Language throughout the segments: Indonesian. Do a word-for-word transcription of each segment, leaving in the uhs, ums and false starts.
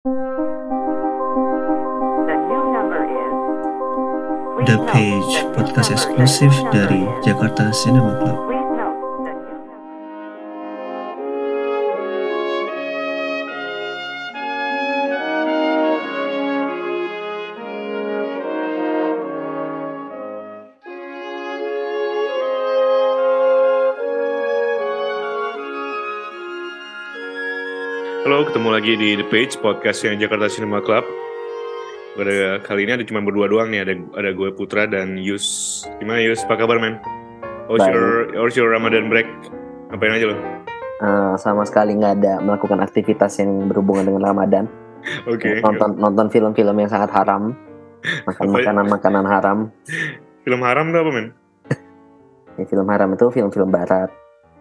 The new number is. The Please note Page, the new podcast number- eksklusif the new dari number is- Jakarta Cinema Club. Please note the new number. Halo, ketemu lagi di The Page, podcast yang Jakarta Cinema Club. Pada kali ini ada cuma berdua doang nih, ada ada gue Putra dan Yus. Gimana Yus? Apa kabar men? How's Baik. your, how's your Ramadan break? Ngapain aja lo? Eh, sama sekali nggak ada melakukan aktivitas yang berhubungan dengan Ramadan. Oke. Nonton nonton film-film yang sangat haram, makan Apa- makanan-makanan haram. Film haram tuh apa men? Ya, film haram itu film-film Barat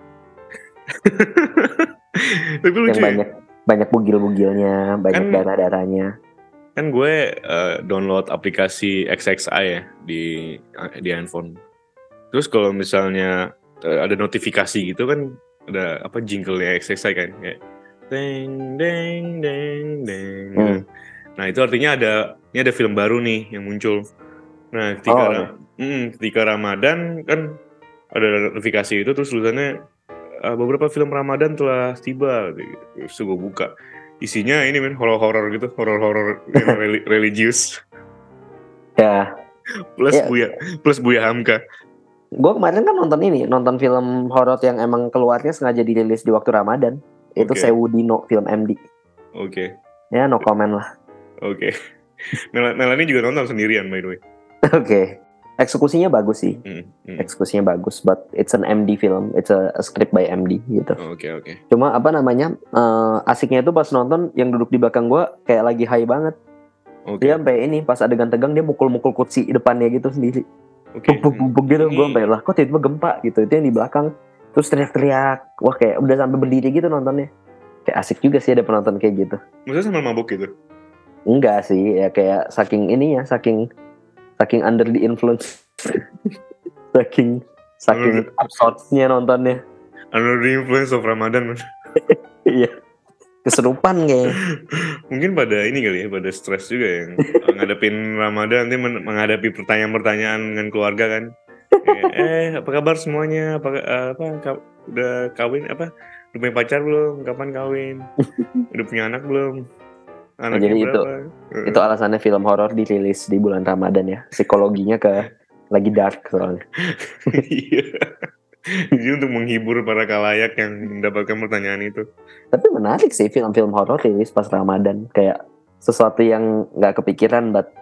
Tapi lucu yang ya? banyak banyak bugil-bugilnya, banyak Kan- darah-darahnya. Kan gue uh, download aplikasi X X I ya di di handphone. Terus kalau misalnya uh, ada notifikasi gitu kan ada apa jingle-nya X X I kan kayak deng deng deng deng. gitu. Hmm. Nah, itu artinya ada ini ada film baru nih yang muncul. Nah, ketika Oh, Ra- mm, ketika Ramadan kan ada notifikasi itu terus tulisannya uh, beberapa film Ramadan telah tiba gitu. Terus gue buka. Isinya ini men horor-horor gitu, horor-horor yang reli- religius Ya, plus Ya. Buya plus Buya Hamka. gue kemarin kan nonton ini, nonton film horor yang emang keluarnya sengaja dirilis di waktu Ramadan. Itu Oke. Sewu Dino, film M D. Oke. Ya, no comment lah. Oke. Mel- Melanie juga nonton sendirian by the way. Oke, eksekusinya bagus sih. Mm, mm. Eksekusinya bagus, but it's an M D film, it's a, a script by M D gitu. Oke, oke. Cuma apa namanya, eh, asiknya itu pas nonton yang duduk di belakang gue kayak lagi high banget. Oke. Dia sampai ini pas adegan tegang dia mukul-mukul kursi depannya gitu sendiri. Oke. Buk-buk-buk gitu, Ini- gue sampai lah kok tiba-tiba gempa gitu. Itu yang di belakang. Terus teriak-teriak, wah kayak udah sampai berdiri gitu nontonnya. Kayak asik juga sih ada penonton kayak gitu. Maksudnya sambil mabuk gitu. Enggak sih, ya kayak saking ini ya, saking saking under the influence, saking saking Under- absurdnya nontonnya. Under the influence of Ramadan. Iya, keserupan kayak. Mungkin pada ini kali ya, pada stres juga yang ngadepin Ramadan nanti men- menghadapi pertanyaan-pertanyaan dengan keluarga kan. Kayak, eh, apa kabar semuanya? Apa eh, apa ka- udah kawin apa? Udah punya pacar belum? Kapan kawin? Udah punya anak belum? Anaknya jadi itu- berapa? Eh, Itu alasannya film horor dirilis di bulan Ramadan ya. Psikologinya ke lagi dark soalnya. Iya. Jadi untuk menghibur para kalayak yang mendapatkan pertanyaan itu. Tapi menarik sih film-film horor rilis pas Ramadan. Kayak sesuatu yang nggak kepikiran, but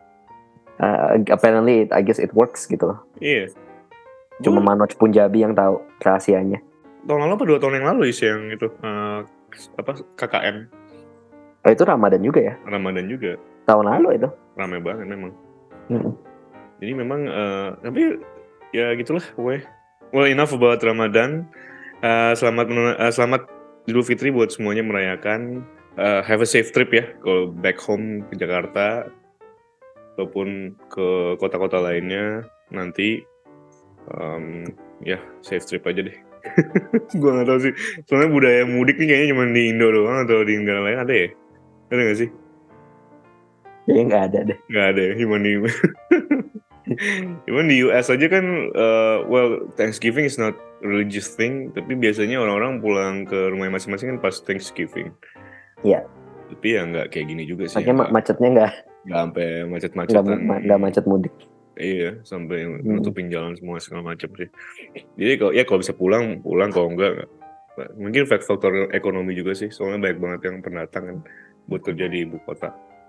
uh, apparently it, I guess it works gitu loh. Iya. Cuma Gua Manoj Punjabi yang tahu rahasianya. tahun lalu apa dua tahun yang lalu sih yang itu eh, apa K K M Oh itu Ramadan juga ya? Ramadan juga Tahun lalu itu. ramai banget memang. Mm-mm. Jadi memang eh, tapi ya gitulah pokoknya. Well, enough about Ramadan. Eh, selamat men- eh, selamat Idul Fitri buat semuanya merayakan. Eh, have a safe trip ya kalau back home ke Jakarta ataupun ke kota-kota lainnya nanti. Em, ya safe trip aja deh. Gua nggak tahu sih. Soalnya budaya mudik nih kayaknya cuma di Indo doang atau di negara lain ada ya? Ada nggak sih? Kayaknya nggak ada deh. Nggak ada ya, cuma di cuman di U S aja kan, uh, well Thanksgiving is not religious thing, tapi biasanya orang-orang pulang ke rumah masing-masing kan pas Thanksgiving. Iya. Tapi ya nggak kayak gini juga sih. Makanya ma- Nggak macetnya nggak nggak sampai nggak macet-macetan. ma- nggak macet mudik. Iya, sampai Hmm. nutupin jalan semua segala macam sih. Jadi kalau ya kalau bisa pulang pulang, kalau enggak nggak. Mungkin faktor ekonomi juga sih, soalnya banyak banget yang pendatang kan buat kerja di ibu kota.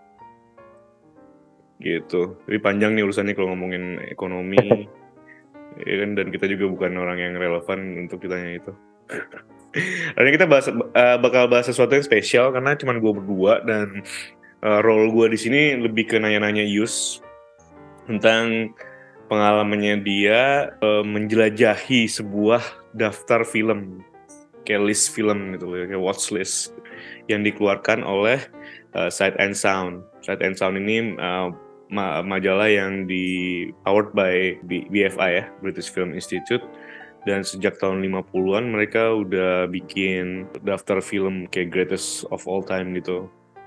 Gitu. Jadi panjang nih urusannya kalau ngomongin ekonomi. Ya kan, dan kita juga bukan orang yang relevan untuk ditanya itu. Hari ini kita bahas, eh, bakal bahas sesuatu yang spesial karena cuma gue berdua dan eh, role gue di sini lebih ke nanya-nanya Yus tentang pengalamannya dia eh, menjelajahi sebuah daftar film, kayak list film gitu, kayak watch list yang dikeluarkan oleh uh, Sight and Sound. Sight and Sound ini uh, ma- majalah yang di powered by B- BFI ya, British Film Institute. Dan sejak tahun lima puluhan mereka udah bikin daftar film kayak greatest of all time gitu.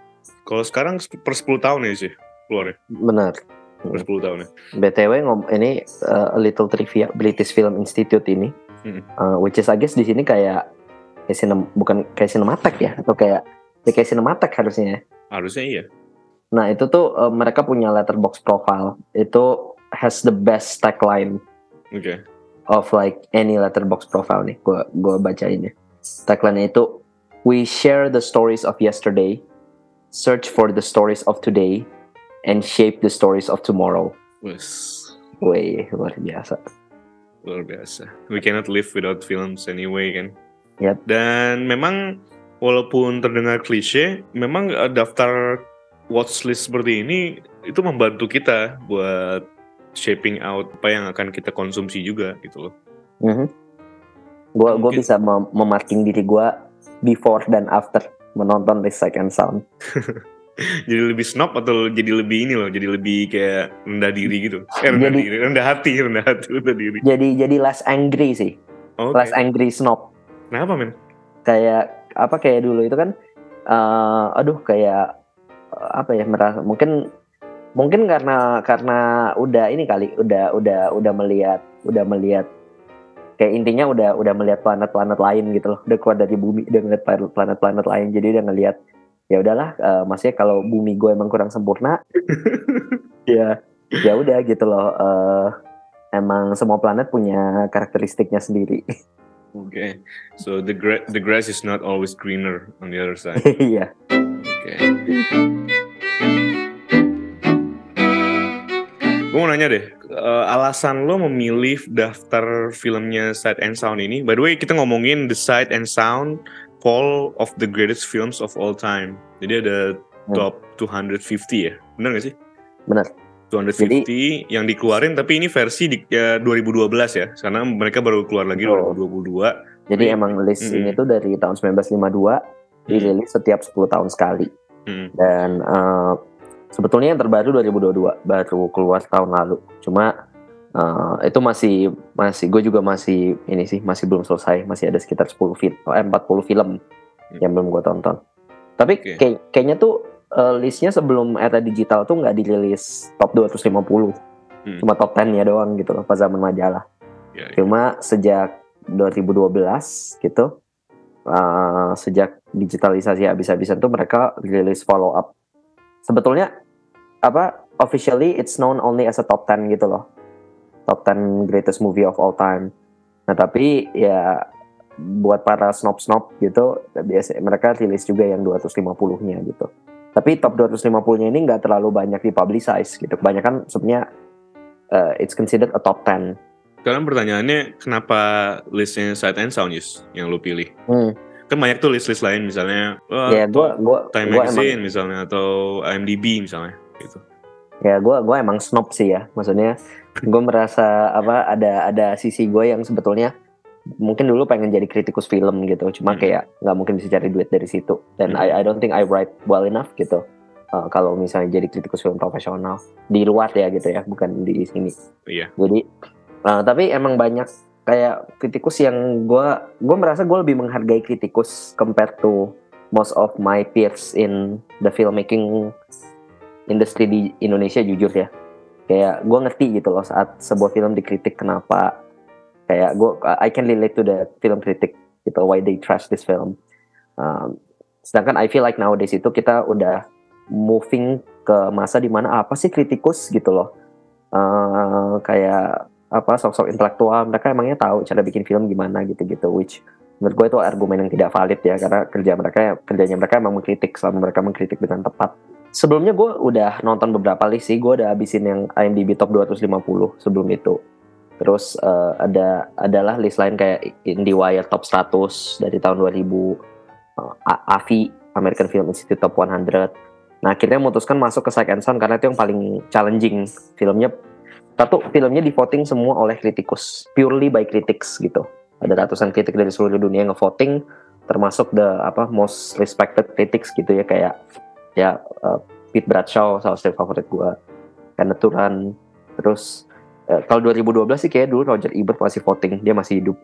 Kalau sekarang sep- per sepuluh tahun ya sih keluar ya. Benar. Per sepuluh tahun ya. B T W ngom ini uh, a little trivia British Film Institute ini, Mm-mm. uh, which is I guess di sini kayak kayak sinem, bukan kayak Cinematheque ya, atau kayak ya kayak Cinematheque harusnya ya. Harusnya iya. Nah itu tuh uh, mereka punya letterbox profile itu has the best tagline Oke. of like any letterbox profile nih, gua gua bacain ya. Tagline itu, we share the stories of yesterday, search for the stories of today, and shape the stories of tomorrow. Wes. Wih, luar biasa. Luar biasa. We cannot live without films anyway kan. Yap. Dan memang walaupun terdengar klise, memang uh, daftar watchlist seperti ini itu membantu kita buat shaping out apa yang akan kita konsumsi juga gitu loh. Mhm. Gua gua Mungkin- bisa mem- memarking diri gua before dan after menonton This Sight and Sound. Jadi lebih snob atau jadi lebih ini loh, jadi lebih kayak rendah diri gitu. Eh rendah Jadi- diri, rendah hati, rendah hati, rendah diri. Jadi jadi less angry sih, Oke. less angry snob. Kenapa men? Kayak apa kayak dulu itu kan, eh, aduh kayak eh, apa ya merasa mungkin mungkin karena karena udah ini kali, udah udah udah melihat udah melihat kayak intinya udah udah melihat planet-planet lain gitu loh, udah keluar dari bumi, udah ngeliat planet-planet lain, jadi udah ngelihat ya udahlah, eh, maksudnya kalau bumi gue emang kurang sempurna, ya ya udah gitu loh, eh, emang semua planet punya karakteristiknya sendiri. Oke. So the gra- the grass is not always greener on the other side. Iya. Oke. Gue mau nanya deh, uh, alasan lo memilih daftar filmnya Sight and Sound ini. By the way, kita ngomongin The Sight and Sound Poll of the Greatest Films of All Time. Jadi ada top dua ratus lima puluh ya, benar gak sih? Benar. dua ratus lima puluh yang dikeluarin, tapi ini versi di, ya, dua ribu dua belas ya, karena mereka baru keluar lagi Betul. dua ribu dua puluh dua. Jadi Tapi- emang list Mm-mm. ini tuh dari tahun sembilan belas lima puluh dua, dirilis setiap sepuluh tahun sekali. Hmm. Dan eh, sebetulnya yang terbaru dua ribu dua puluh dua, baru keluar tahun lalu. Cuma eh, itu masih masih gue juga masih ini sih masih belum selesai, masih ada sekitar sepuluh film, eh, empat puluh film yang belum gue tonton. Tapi Oke. kayak- kayaknya tuh eh, listnya sebelum era digital tuh nggak dirilis top dua ratus lima puluh, Hmm. cuma top sepuluh-nya doang gitu loh, pas zaman majalah. Ya, ya. Cuma sejak dua ribu dua belas gitu, uh, sejak digitalisasi habis-habisan tuh mereka rilis follow up. Sebetulnya apa officially it's known only as a top ten gitu loh, top ten greatest movie of all time. Nah tapi ya buat para snob-snob gitu, biasa mereka rilis juga yang dua ratus lima puluh-nya gitu. Tapi top dua ratus lima puluh-nya ini nggak terlalu banyak dipublicize gitu. Kebanyakan sebenarnya uh, it's considered a top ten. Sekarang pertanyaannya, kenapa listnya Sight and Sound Yus, yang lo pilih? Hmm. Kan banyak tuh list-list lain, misalnya wah, Ya gue gua Time gua Magazine emang misalnya, atau I M D B misalnya gitu. ya gue gua emang snob sih ya. Maksudnya gue merasa apa ada ada sisi gue yang sebetulnya mungkin dulu pengen jadi kritikus film gitu. Cuma Hmm. kayak nggak mungkin bisa cari duit dari situ. Dan Hmm. I I don't think I write well enough gitu. Uh, kalau misalnya jadi kritikus film profesional di luar ya gitu ya, bukan di sini. Iya. Jadi uh, tapi emang banyak kayak kritikus yang gue gue merasa gue lebih menghargai kritikus compared to most of my peers in the filmmaking industry di Indonesia, jujur ya. Kayak gue ngerti gitu loh saat sebuah film dikritik kenapa. Kayak gue I can relate to the film critic gitu, why they trash this film. Um, sedangkan I feel like nowadays itu kita udah moving ke masa dimana apa sih kritikus gitu loh. Uh, kayak apa sok-sok intelektual, mereka emangnya tahu cara bikin film gimana gitu-gitu, which menurut gue itu argumen yang tidak valid ya, karena kerja mereka kerjanya mereka emang mengkritik, selama mereka mengkritik dengan tepat. Sebelumnya gue udah nonton beberapa list sih, gue udah habisin yang I M D B top dua ratus lima puluh sebelum itu. Terus uh, ada adalah list lain kayak IndieWire top seratus dari tahun dua ribu, uh, A F I American Film Institute top seratus. Nah akhirnya memutuskan masuk ke Sight and Sound karena itu yang paling challenging. Filmnya satu filmnya di voting semua oleh kritikus, purely by critics gitu. Ada ratusan kritik dari seluruh dunia yang nge-voting, termasuk the apa most respected critics gitu ya, kayak ya uh, Pete Bradshaw, salah satu favorit gue, Kenneth Turan. Terus uh, kalau dua ribu dua belas sih kayak dulu Roger Ebert masih voting, dia masih hidup.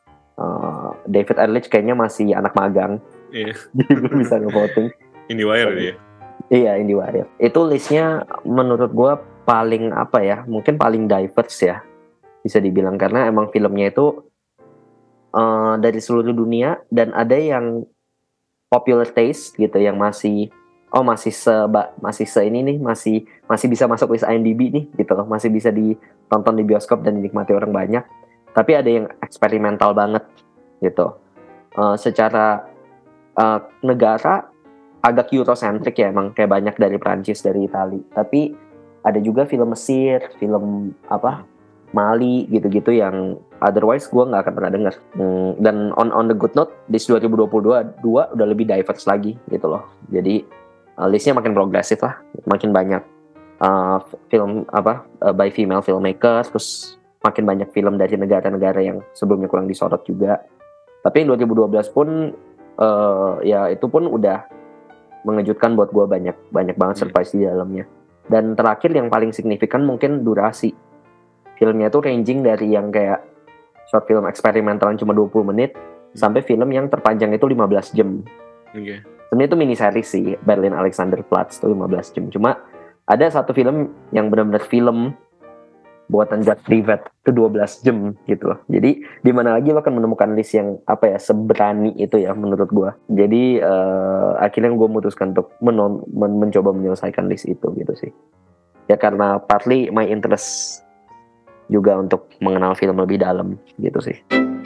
Uh, David Ehrlich kayaknya masih anak magang, Iya. jadi belum bisa nge-voting. IndieWire dia. Iya, IndieWire. Itu listnya menurut gue paling apa ya? Mungkin paling diverse ya, bisa dibilang karena emang filmnya itu uh, dari seluruh dunia dan ada yang popular taste gitu yang masih oh masih seba masih se ini nih masih masih bisa masuk list IMDb nih gitu loh, masih bisa ditonton di bioskop dan dinikmati orang banyak. Tapi ada yang eksperimental banget gitu. Uh, secara uh, negara agak Eurocentric ya, emang kayak banyak dari Prancis, dari Itali. Tapi ada juga film Mesir, film apa Mali gitu-gitu yang otherwise gue nggak akan pernah dengar. Hmm, dan on on the good note, di dua ribu dua puluh dua udah lebih diverse lagi gitu loh. Jadi uh, listnya makin progresif lah, makin banyak uh, film apa uh, by female filmmaker, terus makin banyak film dari negara-negara yang sebelumnya kurang disorot juga. Tapi dua ribu dua belas pun uh, ya itu pun udah mengejutkan buat gue, banyak banyak banget surprise di dalamnya. Dan terakhir yang paling signifikan mungkin durasi. Filmnya tuh ranging dari yang kayak short film eksperimentalan cuma dua puluh menit hmm. sampai film yang terpanjang itu lima belas jam. Oke. Okay. Sebenarnya itu mini series sih, Berlin Alexanderplatz itu lima belas jam. Cuma ada satu film yang benar-benar film buatan Jack Privet itu dua belas jam gitu loh. Jadi di mana lagi lo akan menemukan list yang apa ya seberani itu ya menurut gue. Jadi uh, akhirnya gue memutuskan untuk menon- men- mencoba menyelesaikan list itu gitu sih. Ya karena partly my interest juga untuk mengenal film lebih dalam gitu sih.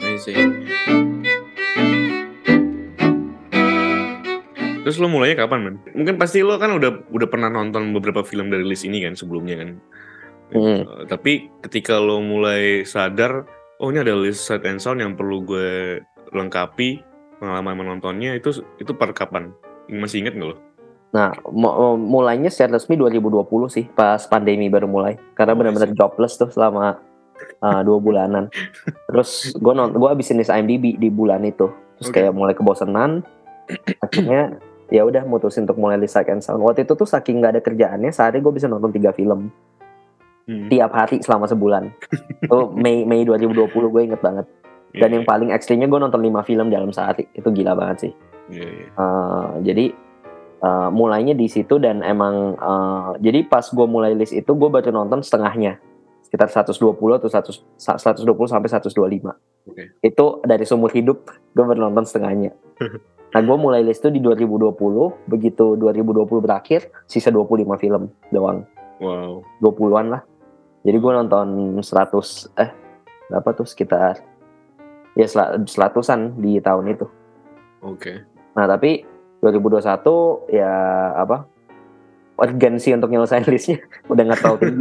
Terus lo mulainya kapan, man? Mungkin pasti lo kan udah udah pernah nonton beberapa film dari list ini kan sebelumnya kan. Hmm. Uh, tapi ketika lo mulai sadar, oh ini ada list sight and sound yang perlu gue lengkapi pengalaman menontonnya, itu itu per kapan? Masih inget nggak lo? Nah, m- mulainya secara resmi dua ribu dua puluh sih, pas pandemi baru mulai. Karena oh, benar-benar jobless tuh selama uh, dua bulanan. Terus gue nonton, gue habisin list IMDb di bulan itu. Terus okay. kayak mulai kebosanan. Akhirnya ya udah mutusin untuk mulai list sight and sound. Waktu itu tuh saking nggak ada kerjaannya, sehari gue bisa nonton tiga film. Hmm. Tiap hari selama sebulan. Itu Mei Mei dua ribu dua puluh, gue inget banget. Dan yeah, yang paling ekstrimnya gue nonton lima film dalam sehari. Itu gila banget sih. Yeah, yeah. Uh, jadi uh, mulainya di situ dan emang uh, jadi pas gue mulai list itu gue baru nonton setengahnya. Sekitar seratus dua puluh atau seratus dua puluh sampai seratus dua puluh lima. Okay. Itu dari seumur hidup gue baru nonton setengahnya. Nah gue mulai list itu di dua ribu dua puluh. Begitu dua ribu dua puluh berakhir, sisa dua puluh lima film doang. Wow. dua puluhan lah. Jadi gue nonton seratus eh berapa tuh sekitar ya seratusan di tahun itu. Oke. Okay. Nah tapi dua ribu dua puluh satu ya apa urgensi untuk nyelesain listnya udah nggak terlalu tinggi.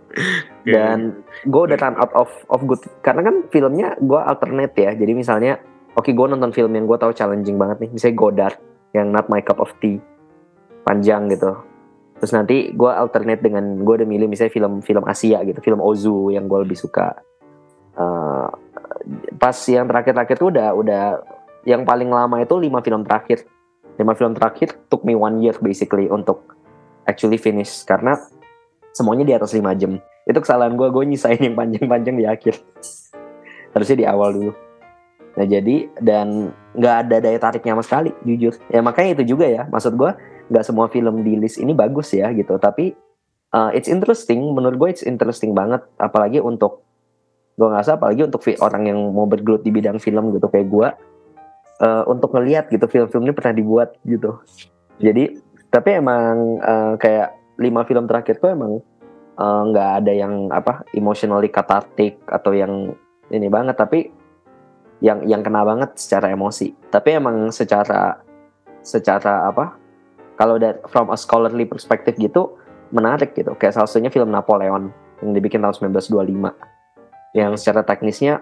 Dan gue udah run out of of good karena kan filmnya gue alternate ya. Jadi misalnya oke okay, gue nonton film yang gue tahu challenging banget nih, misalnya Godard yang Not My Cup of Tea, panjang gitu. Terus nanti gue alternate dengan gue udah milih misalnya film-film Asia gitu, film Ozu yang gue lebih suka. Uh, pas yang terakhir-terakhir tuh udah udah yang paling lama itu lima film terakhir. Lima film terakhir took me one year basically untuk actually finish karena semuanya di atas lima jam. Itu kesalahan gue, gue nyisain yang panjang-panjang di akhir. Harusnya di awal dulu. Nah jadi dan nggak ada daya tariknya sama sekali jujur. Ya makanya itu juga ya, maksud gue nggak semua film di list ini bagus ya gitu, tapi uh, it's interesting, menurut gue it's interesting banget, apalagi untuk gue ngerasa apalagi untuk orang yang mau bergelut di bidang film gitu kayak gue, uh, untuk ngelihat gitu film-film ini pernah dibuat gitu. Jadi tapi emang uh, kayak lima film terakhir tuh emang nggak uh, ada yang apa emotionally cathartic atau yang ini banget, tapi yang yang kena banget secara emosi. Tapi emang secara secara apa kalau dari from a scholarly perspective gitu menarik gitu, kayak salah satunya film Napoleon yang dibikin tahun sembilan belas dua puluh lima yang secara teknisnya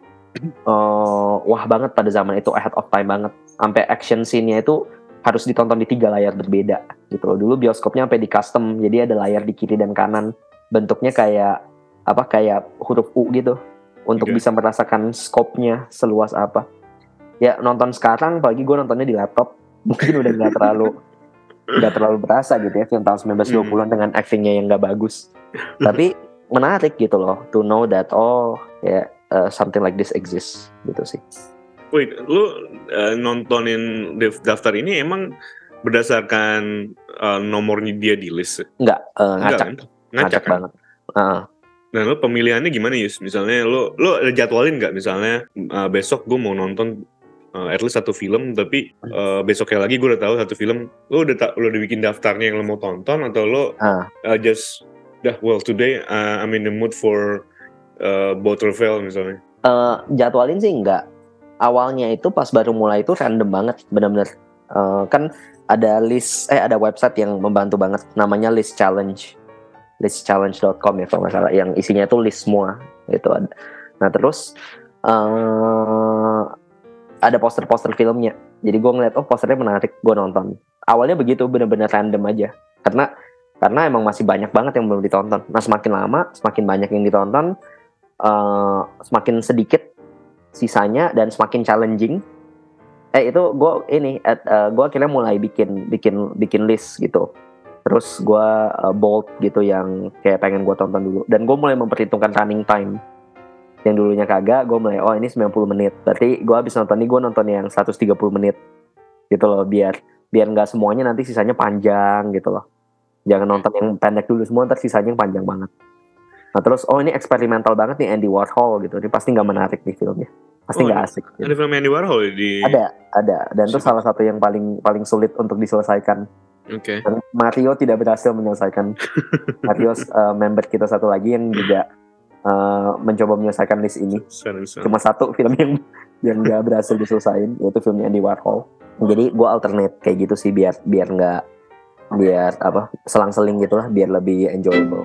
uh, wah banget pada zaman itu, ahead of time banget, sampai action scene-nya itu harus ditonton di tiga layar berbeda gitu loh. Dulu bioskopnya sampai di custom, jadi ada layar di kiri dan kanan bentuknya kayak apa kayak huruf U gitu untuk okay. bisa merasakan scope-nya seluas apa. Ya nonton sekarang apalagi gue nontonnya di laptop mungkin udah nggak terlalu nggak terlalu berasa gitu ya film tahun sembilan belas dua puluhan hmm. dengan actingnya yang nggak bagus, tapi menarik gitu loh to know that oh ya yeah, uh, something like this exists gitu sih. Wait, lu uh, nontonin daftar ini emang berdasarkan uh, nomornya dia di list? Enggak, uh, Enggak ngacak, kan? ngacak, Ngacak kan? banget. Uh, Nah lo pemilihannya gimana Yus? Misalnya lo lo ada jadwalin nggak? Misalnya uh, besok gue mau nonton uh, at least satu film, tapi uh, besoknya lagi gue udah tahu satu film. Lo udah ta- lo udah bikin daftarnya yang lo mau tonton atau lo uh. uh, just dah well today uh, I'm in the mood for uh, Botterfell misalnya. Uh, jadwalin sih enggak. Awalnya itu pas baru mulai itu random banget, benar-benar. Uh, kan ada list, eh ada website yang membantu banget, namanya List Challenge. list challenge dot com ya kalau nggak salah, yang isinya itu list semua gitu ada. Nah terus uh, ada poster-poster filmnya, jadi gue ngeliat oh posternya menarik, gue nonton. Awalnya begitu, benar-benar random aja, karena karena emang masih banyak banget yang belum ditonton. Nah semakin lama semakin banyak yang ditonton, uh, semakin sedikit sisanya dan semakin challenging. Eh itu gue ini, uh, gue akhirnya mulai bikin bikin bikin list gitu. Terus gue uh, bold gitu yang kayak pengen gue tonton dulu. Dan gue mulai memperhitungkan running time. Yang dulunya kagak, gue mulai, oh ini sembilan puluh menit. Berarti gue habis nonton ini, gue nonton yang seratus tiga puluh menit. Gitu loh, biar biar gak semuanya nanti sisanya panjang gitu loh. Jangan nonton yang pendek dulu semua, ntar sisanya yang panjang banget. Nah terus, oh ini eksperimental banget nih Andy Warhol gitu. Ini pasti gak menarik nih filmnya. Pasti oh, gak asik. Gitu. Ada film Andy Warhol di... Ada, ada. Dan itu salah satu yang paling paling sulit untuk diselesaikan. Oke. Okay. Mario tidak berhasil menyelesaikan. Mario uh, member kita satu lagi yang juga uh, mencoba menyelesaikan list ini. Cuma satu film yang yang nggak berhasil diselesain, yaitu filmnya Andy Warhol. Jadi gue alternate kayak gitu sih biar biar nggak biar apa selang-seling gitulah, biar lebih enjoyable.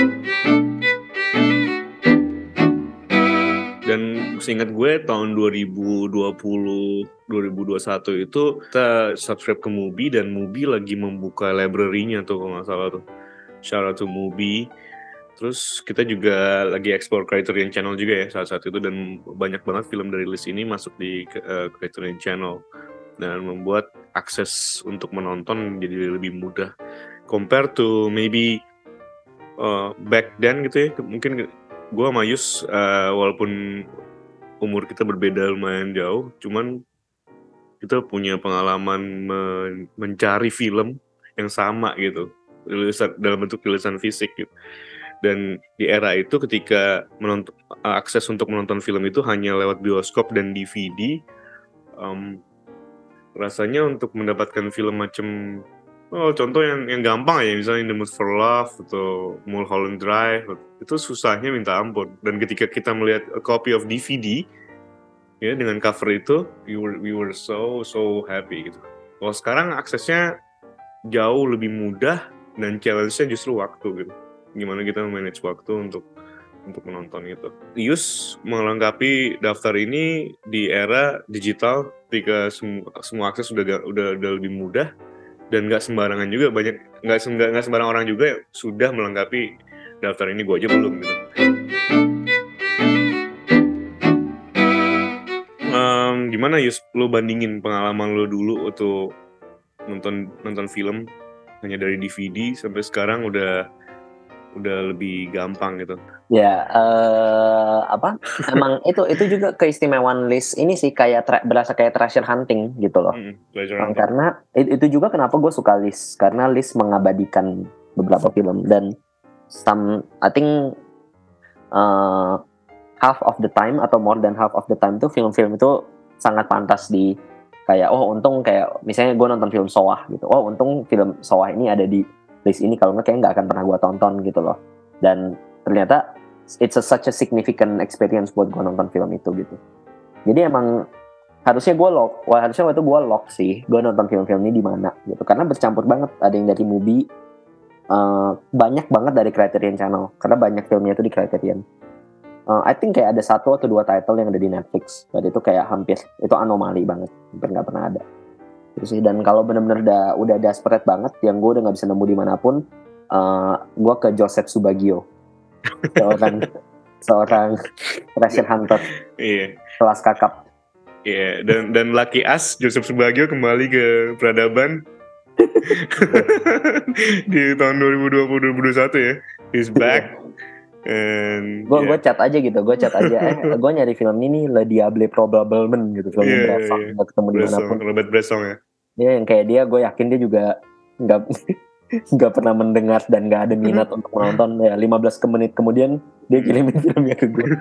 Dan seingat gue tahun dua ribu dua puluh dua ribu dua puluh satu itu kita subscribe ke Mubi, dan Mubi lagi membuka library-nya tuh kalau nggak salah tuh. Shout out to Mubi. Terus kita juga lagi explore Criterion Channel juga ya saat-saat itu, dan banyak banget film dari list ini masuk di uh, Criterion Channel dan membuat akses untuk menonton jadi lebih mudah compare to maybe uh, back then gitu ya. Mungkin gue sama Yus uh, walaupun umur kita berbeda lumayan jauh, cuman kita punya pengalaman men- mencari film yang sama gitu, rilisan, dalam bentuk rilisan fisik gitu. Dan di era itu ketika menonton, akses untuk menonton film itu hanya lewat bioskop dan D V D, um, rasanya untuk mendapatkan film macam oh contoh yang yang gampang aja, misalnya In the Mood for Love atau Mulholland Drive, itu susahnya minta ampun. Dan ketika kita melihat a copy of D V D ya dengan cover itu, we were we were so so happy gitu. Kalau sekarang aksesnya jauh lebih mudah dan challenge-nya justru waktu gitu. Gimana kita manage waktu untuk untuk menonton itu. Yus melengkapi daftar ini di era digital, ketika semua, semua akses udah udah udah lebih mudah. Dan nggak sembarangan juga, banyak nggak nggak sembarang orang juga sudah melengkapi daftar ini, gue aja belum gitu. Um, gimana Yus, lo bandingin pengalaman lo dulu waktu nonton nonton film hanya dari D V D sampai sekarang udah udah lebih gampang gitu. Ya, uh, apa? Emang itu itu juga keistimewaan list ini sih, kayak tra- berasa kayak treasure hunting gitu loh. Mm-hmm, um, karena itu juga kenapa gue suka list, karena list mengabadikan beberapa film, dan some I think uh, half of the time atau more than half of the time tuh film-film itu sangat pantas di kayak oh untung kayak misalnya gue nonton film Sowah gitu, oh untung film Sowah ini ada di list ini, kalau nggak kayak nggak akan pernah gue tonton gitu loh. Dan ternyata it's a, such a significant experience buat gue nonton film itu gitu. Jadi emang harusnya gue lock, wah harusnya waktu itu gue lock sih, gue nonton film-film ini di mana gitu, karena bercampur banget, ada yang dari Mubi, uh, banyak banget dari Criterion Channel, karena banyak filmnya itu di Criterion. Uh, I think kayak ada satu atau dua title yang ada di Netflix, dan itu kayak hampir itu anomali banget, hampir nggak pernah ada. Terus sih, dan kalau benar-benar udah udah desperate banget, yang gue udah nggak bisa nemu dimanapun, uh, gue ke Joseph Subagio, seorang seorang treasure hunter, yeah. kelas kakap. Iya, yeah. dan dan Lucky Us Joseph Subagio kembali ke peradaban di tahun dua ribu dua puluh dua ribu dua puluh satu ya, he's back. And gue yeah. gue chat aja gitu, gue chat aja, eh gue nyari film ini Le Diable Probablement gitu, film yeah, Bresson, yeah. nggak ketemu dimanapun. Robert Bresson ya. Dia yang kayak dia, gue yakin dia juga nggak nggak pernah mendengar dan nggak ada minat untuk menonton. Ya lima belas menit kemudian dia kirimin filmnya ke gue.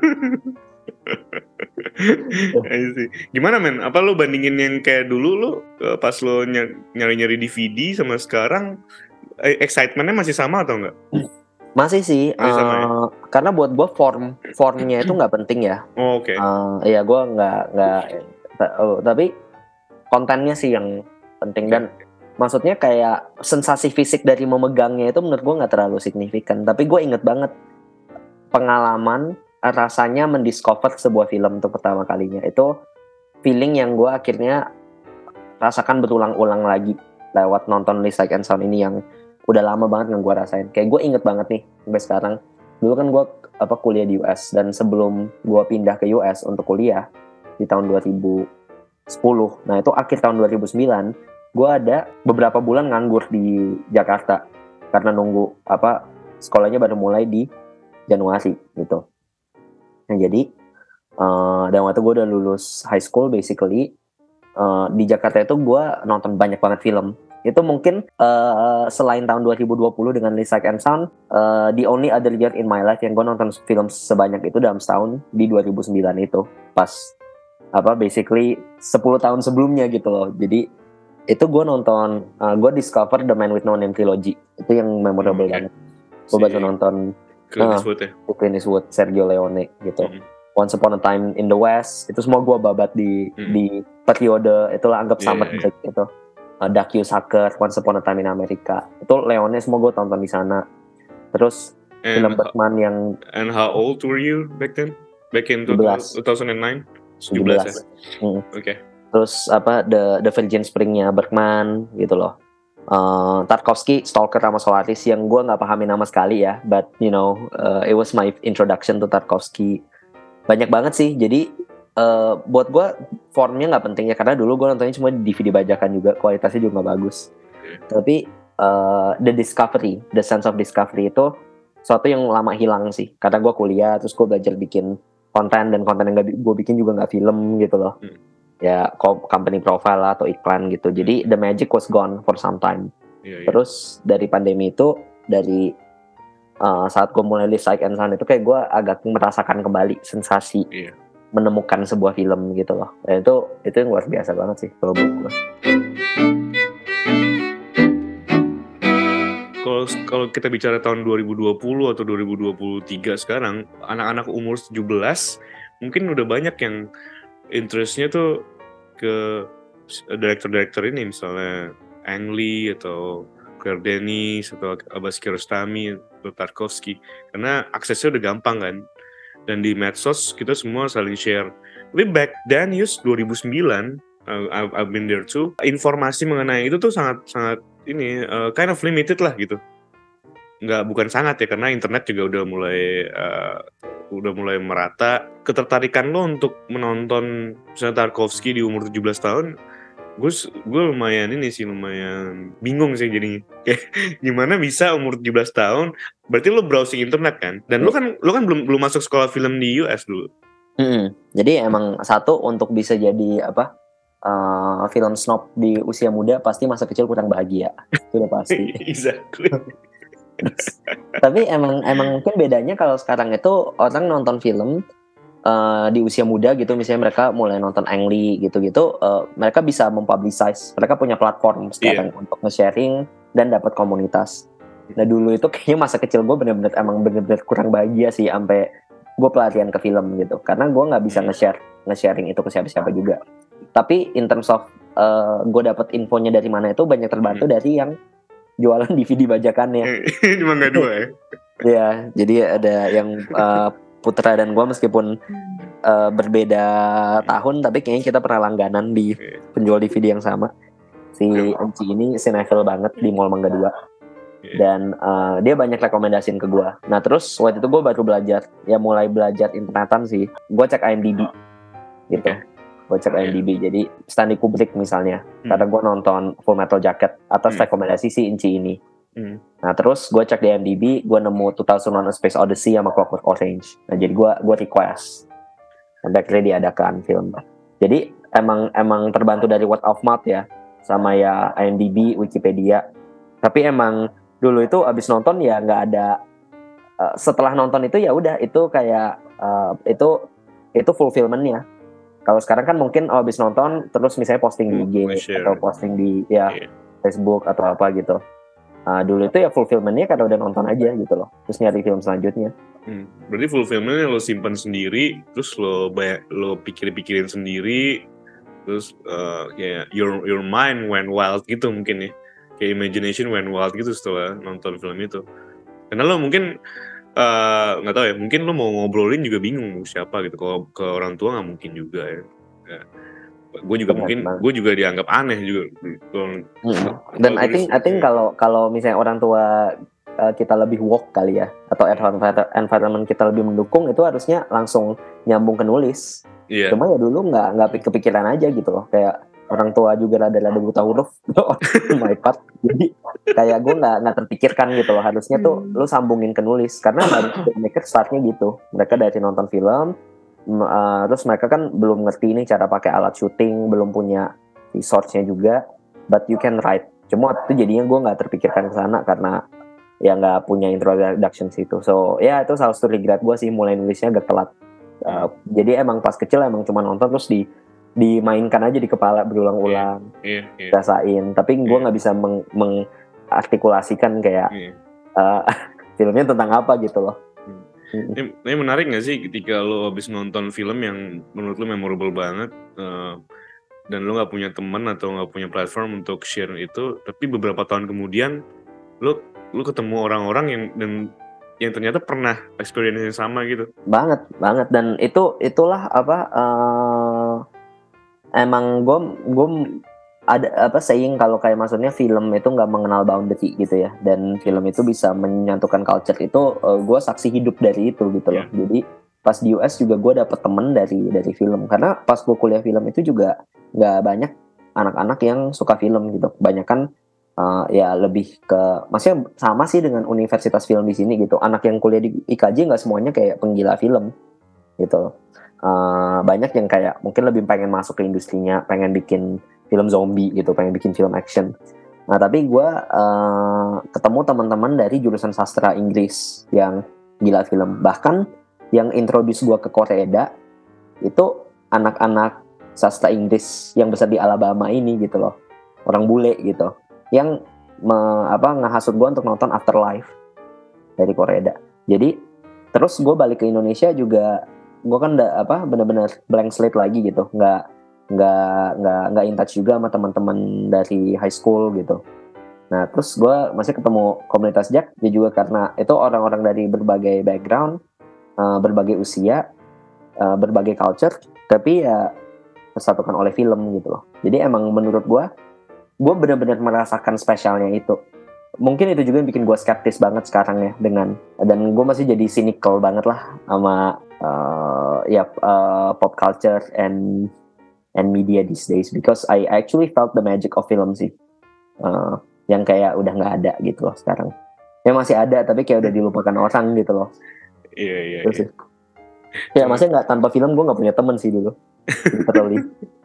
I see. Gimana men? Apa lu bandingin yang kayak dulu lu eh, pas lu ny- nyari-nyari D V D sama sekarang eh, excitementnya masih sama atau enggak? Masih sih, Masih sama ya? eh, karena buat gue form formnya itu nggak penting ya. Oh, oke. Eh, Iya gue nggak nggak ta- oh, tapi kontennya sih yang penting. Dan maksudnya kayak sensasi fisik dari memegangnya itu menurut gue nggak terlalu signifikan. Tapi gue inget banget pengalaman eh, rasanya mendiscover sebuah film untuk pertama kalinya. Itu feeling yang gue akhirnya rasakan berulang-ulang lagi lewat nonton List Like and Sound ini yang udah lama banget nggak gue rasain. Kayak gue inget banget nih sampai sekarang. Dulu kan gue apa kuliah di U S, dan sebelum gue pindah ke U S untuk kuliah di tahun dua ribu sepuluh. Nah itu akhir tahun dua ribu sembilan, gue ada beberapa bulan nganggur di Jakarta karena nunggu apa sekolahnya baru mulai di Januari gitu. Nah jadi uh, dan waktu gue udah lulus high school basically, uh, di Jakarta itu gue nonton banyak banget film. Itu mungkin uh, selain tahun dua ribu dua puluh dengan List Like and Sound, uh, the only other year in my life yang gue nonton film sebanyak itu dalam setahun di dua ribu sembilan itu. Pas apa basically sepuluh tahun sebelumnya gitu loh. Jadi itu gue nonton, uh, gue discover The Man with No Name trilogy. Itu yang memorable Okay. banget. Gue Si baru nonton Clint Ah. Eastwood ya. Clint Eastwood, Sergio Leone gitu. Mhm. Once Upon a Time in the West, itu semua gue babat di Hmm. di periode itulah, anggap Iya, summer iya, iya. break gitu. Uh, Duck You Sucker, Once Upon a Time in America, itu Leone semua gue tonton di sana. Terus film And, Bergman yang and how old were you back then? Back in tujuh belas. two thousand nine? tujuh tujuh belas ya? belas. Hmm. Oke. Terus apa The The Virgin Spring-nya Bergman gitu loh. Uh, Tarkovsky, Stalker sama Solaris yang gue nggak pahami nama sekali ya, but you know uh, it was my introduction to Tarkovsky. Banyak banget sih, jadi uh, buat gue formnya nggak penting ya, karena dulu gue nontonnya cuma di D V D bajakan juga, kualitasnya juga nggak bagus. Tapi uh, the discovery, the sense of discovery itu suatu yang lama hilang sih, karena gue kuliah terus gue belajar bikin konten, dan konten yang gue bikin juga nggak film gitu loh. Hmm. Ya company profile lah atau iklan gitu. Jadi the magic was gone for some time. Iya, iya. Terus dari pandemi itu, dari uh, saat gue mulai List Like and Sound itu kayak gue agak merasakan kembali sensasi Iya. menemukan sebuah film gitu loh. Dan itu itu yang luar biasa banget sih kalau buat gue. Kalau kalau kita bicara tahun dua ribu dua puluh atau dua ribu dua puluh tiga sekarang, anak-anak umur tujuh belas mungkin udah banyak yang interestnya tuh ke director-director ini, misalnya Ang Lee atau Claire Denis atau Abbas Kiarostami atau Tarkovsky, karena aksesnya udah gampang kan, dan di medsos kita semua saling share. Tapi back then, Yus, dua ribu sembilan, uh, I've, I've been there too, informasi mengenai itu tuh sangat sangat ini uh, kind of limited lah gitu. Nggak, bukan sangat ya, karena internet juga udah mulai uh, udah mulai merata. Ketertarikan lo untuk menonton misalnya Tarkovsky di umur tujuh belas tahun, gue gue lumayan ini sih, lumayan bingung sih jadinya. Kayak gimana bisa umur tujuh belas tahun, berarti lo browsing internet kan, dan lo kan lo kan belum belum masuk sekolah film di U S dulu. Mm-hmm. Jadi emang satu, untuk bisa jadi apa uh, film snob di usia muda, pasti masa kecil kurang bahagia. Itu udah pasti. Exactly. Tapi emang emang mungkin bedanya kalau sekarang itu orang nonton film uh, di usia muda gitu, misalnya mereka mulai nonton Ang Lee gitu-gitu, uh, mereka bisa mempublicize, mereka punya platform sekarang yeah. untuk nge-sharing dan dapat komunitas. Nah dulu itu kayaknya masa kecil gue bener-bener emang bener-bener kurang bahagia sih, sampai gue pelarian ke film gitu, karena gue nggak bisa nge-share nge-sharing itu ke siapa-siapa juga. Tapi in terms of uh, gue dapat infonya dari mana itu banyak terbantu hmm. dari yang jualan D V D bajakannya. Cuma nggak dua ya? Ya, jadi ada yang uh, Putra dan gue meskipun uh, berbeda tahun, tapi kayaknya kita pernah langganan di penjual D V D yang sama. Si Enci ini cinephile banget di Mall Mangga dua. Dan uh, dia banyak rekomendasiin ke gue. Nah terus waktu itu gue baru belajar, ya mulai belajar internetan sih. Gue cek I M D B gitu. Okay. Gue cek I M D B, jadi Stanley Kubrick misalnya, hmm. karena gue nonton Full Metal Jacket atas hmm. rekomendasi si Inci ini. Hmm. Nah terus gue cek di I M D B, gue nemu two thousand one A Space Odyssey sama Clockwork Orange. Nah jadi gue gue request, sampai akhirnya diadakan film. Jadi emang emang terbantu dari word of mouth ya. sama ya I M D B, Wikipedia. Tapi emang dulu itu abis nonton ya nggak ada. Uh, setelah nonton itu ya udah itu kayak uh, itu itu fulfillment-nya. Kalau sekarang kan mungkin oh, abis nonton terus misalnya posting di I G Share. atau posting di ya Iya. Facebook atau apa gitu. Uh, dulu itu ya fulfillment-nya karena udah nonton aja gitu loh. Terus nyari film selanjutnya. Hmm. Berarti fulfillment-nya lo simpan sendiri, terus lo banyak, lo pikir-pikirin sendiri, terus uh, kayak your your mind went wild gitu mungkin ya, kayak imagination went wild gitu setelah nonton film itu. Karena lo mungkin nggak uh, tahu ya, mungkin lo mau ngobrolin juga bingung mau siapa gitu. Kalau ke orang tua nggak mungkin juga ya. ya. Gue juga Benar, mungkin, benar. gue juga dianggap aneh juga. Hmm. Dan I think I think kalau kalau misalnya orang tua uh, kita lebih woke kali ya, atau environment kita lebih mendukung, itu harusnya langsung nyambung ke nulis. Iya. Cuma ya dulu nggak nggak kepikiran aja gitu loh, kayak orang tua juga rada-rada buta huruf my part, jadi kayak gue nggak nggak terpikirkan gitu loh. Harusnya tuh lu sambungin ke nulis, karena mereka startnya gitu, mereka dari nonton film, uh, terus mereka kan belum ngerti nih cara pakai alat syuting, belum punya resource-nya juga, but you can write. Cuma waktu itu jadinya gue nggak terpikirkan ke sana karena ya nggak punya introduction situ. So ya itu salah satu regret gue sih, mulai nulisnya agak telat. Uh, jadi emang pas kecil emang cuma nonton terus di dimainkan aja di kepala berulang-ulang, Iya, iya. rasain. Tapi gue nggak bisa meng, mengartikulasikan kayak Iya. uh, filmnya tentang apa gitu loh. Hmm. Ini, ini menarik nggak sih ketika lo habis nonton film yang menurut lo memorable banget, uh, dan lo nggak punya teman atau nggak punya platform untuk share itu, tapi beberapa tahun kemudian lo lo ketemu orang-orang yang dan yang ternyata pernah experience yang sama gitu. Banget, banget. Dan itu itulah apa? Uh, emang gue gue ada apa saying kalau kayak maksudnya film itu nggak mengenal boundary gitu ya, dan film itu bisa menyatukan culture itu. Uh, gue saksi hidup dari itu gitu loh. Yeah. Jadi pas di U S juga gue dapet temen dari dari film, karena pas gue kuliah film itu juga nggak banyak anak-anak yang suka film gitu. Kebanyakan uh, ya lebih ke, maksudnya sama sih dengan universitas film di sini gitu. Anak yang kuliah di I K J nggak semuanya kayak penggila film gitu. Uh, banyak yang kayak mungkin lebih pengen masuk ke industrinya, pengen bikin film zombie gitu, pengen bikin film action. Nah tapi gue uh, ketemu teman-teman dari jurusan sastra Inggris yang gila film. Bahkan yang introduce gue ke Koreeda itu anak-anak sastra Inggris yang besar di Alabama ini gitu loh, orang bule gitu, yang me, apa ngehasut gue untuk nonton Afterlife dari Koreeda. Jadi terus gue balik ke Indonesia juga, gue kan udah apa benar-benar blank slate lagi gitu, nggak nggak nggak nggak in touch juga sama teman-teman dari high school gitu. Nah terus gue masih ketemu komunitas Jack dia juga, karena itu orang-orang dari berbagai background, uh, berbagai usia, uh, berbagai culture, tapi ya tersatukan oleh film gitu loh. Jadi emang menurut gue, gue benar-benar merasakan spesialnya itu. Mungkin itu juga yang bikin gue skeptis banget sekarang ya dengan, dan gue masih jadi cynical banget lah sama uh, ya uh, pop culture and and media these days, because I actually felt the magic of film sih, uh, yang kayak udah nggak ada gitu loh sekarang. Ya masih ada tapi kayak udah dilupakan orang gitu loh. Iya iya. Terus, iya. Ya maksudnya nggak, tanpa film gue nggak punya temen sih dulu. Literally.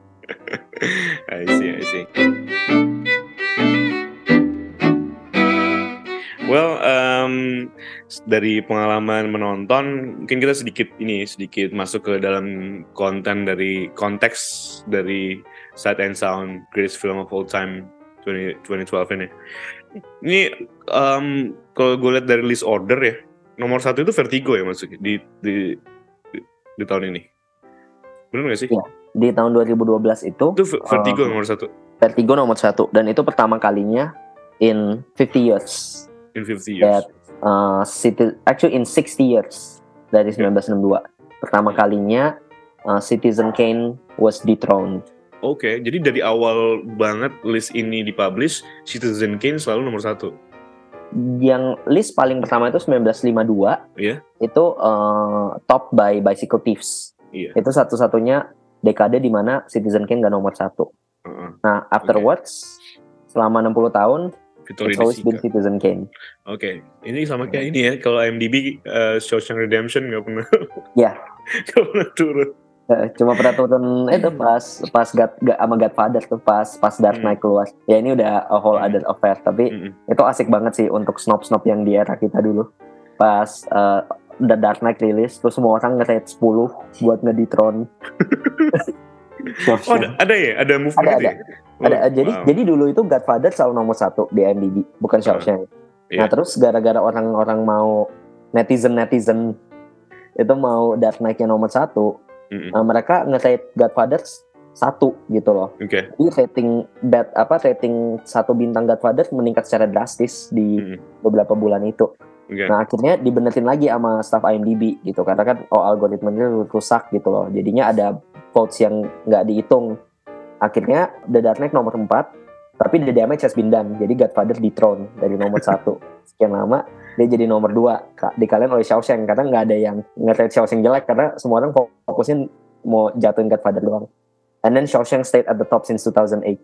I see I see. Well, um, dari pengalaman menonton, mungkin kita sedikit ini sedikit masuk ke dalam konten dari konteks dari Sight and Sound Greatest Film of All Time twenty twelve ini. Ini um, kalau gue lihat dari list order ya, nomor satu itu Vertigo ya maksudnya di di di, di tahun ini. Benar nggak sih? Ya, di tahun dua ribu dua belas itu. Itu Vertigo uh, nomor satu. Vertigo nomor satu, dan itu pertama kalinya in fifty years. In fifty years. That, uh, city, actually in sixty years dari Yeah. nineteen ninety-two. Pertama yeah. kalinya uh, Citizen Kane was dethroned. Oke, okay, jadi dari awal banget list ini dipublish, Citizen Kane selalu nomor satu. Yang list paling pertama itu nineteen fifty-two. Iya. Yeah. Itu uh, top by Bicycle Thieves. Iya. Yeah. Itu satu-satunya dekade di mana Citizen Kane gak nomor satu. Uh-uh. Nah, afterwards, okay. selama enam puluh tahun, Victoria it's always been Citizen Kane. Oke, okay. Ini sama kayak ini ya. Kalau I M D B, uh, Shawshank Redemption nggak pernah, ya, nggak pernah turun. Eh, Cuma pernah turun itu pas pas God, God, sama Godfather tuh pas pas Dark Hmm. Knight keluar. Ya ini udah a whole Hmm. other affair, tapi Mm-mm. itu asik banget sih untuk snob-snob yang di era kita dulu. Pas eh, The Dark Knight rilis, terus semua orang nge-rate sepuluh buat nge-dethrone. Oh, ada, ada ya, ada move Ada, gitu ada. ya. Oh, Ada, jadi wow. jadi dulu itu Godfather selalu nomor satu di I M D B, bukan Uh, Shawshank. iya. Nah terus gara-gara orang-orang mau netizen-netizen itu mau Dark Knight-nya nomor satu, Mm-mm. uh, mereka nge-rate Godfather satu gitu loh. Oke. Jadi rating bad apa rating satu bintang Godfather meningkat secara drastis di Mm-mm. beberapa bulan itu. Oke. Nah akhirnya dibenerin lagi sama staff I M D B gitu, karena kan oh algoritmanya rusak gitu loh. Jadinya ada votes yang nggak dihitung. Akhirnya The Dark Knight nomor empat, tapi the damage has been done. Jadi Godfather dethrone dari nomor satu. Sekian lama dia jadi nomor dua, dikalahin oleh Shawshank, karena nggak ada yang nge-rate Shawshank jelek, karena semua orang fokusin mau jatuhin Godfather doang. And then Shawshank stayed at the top since two thousand eight.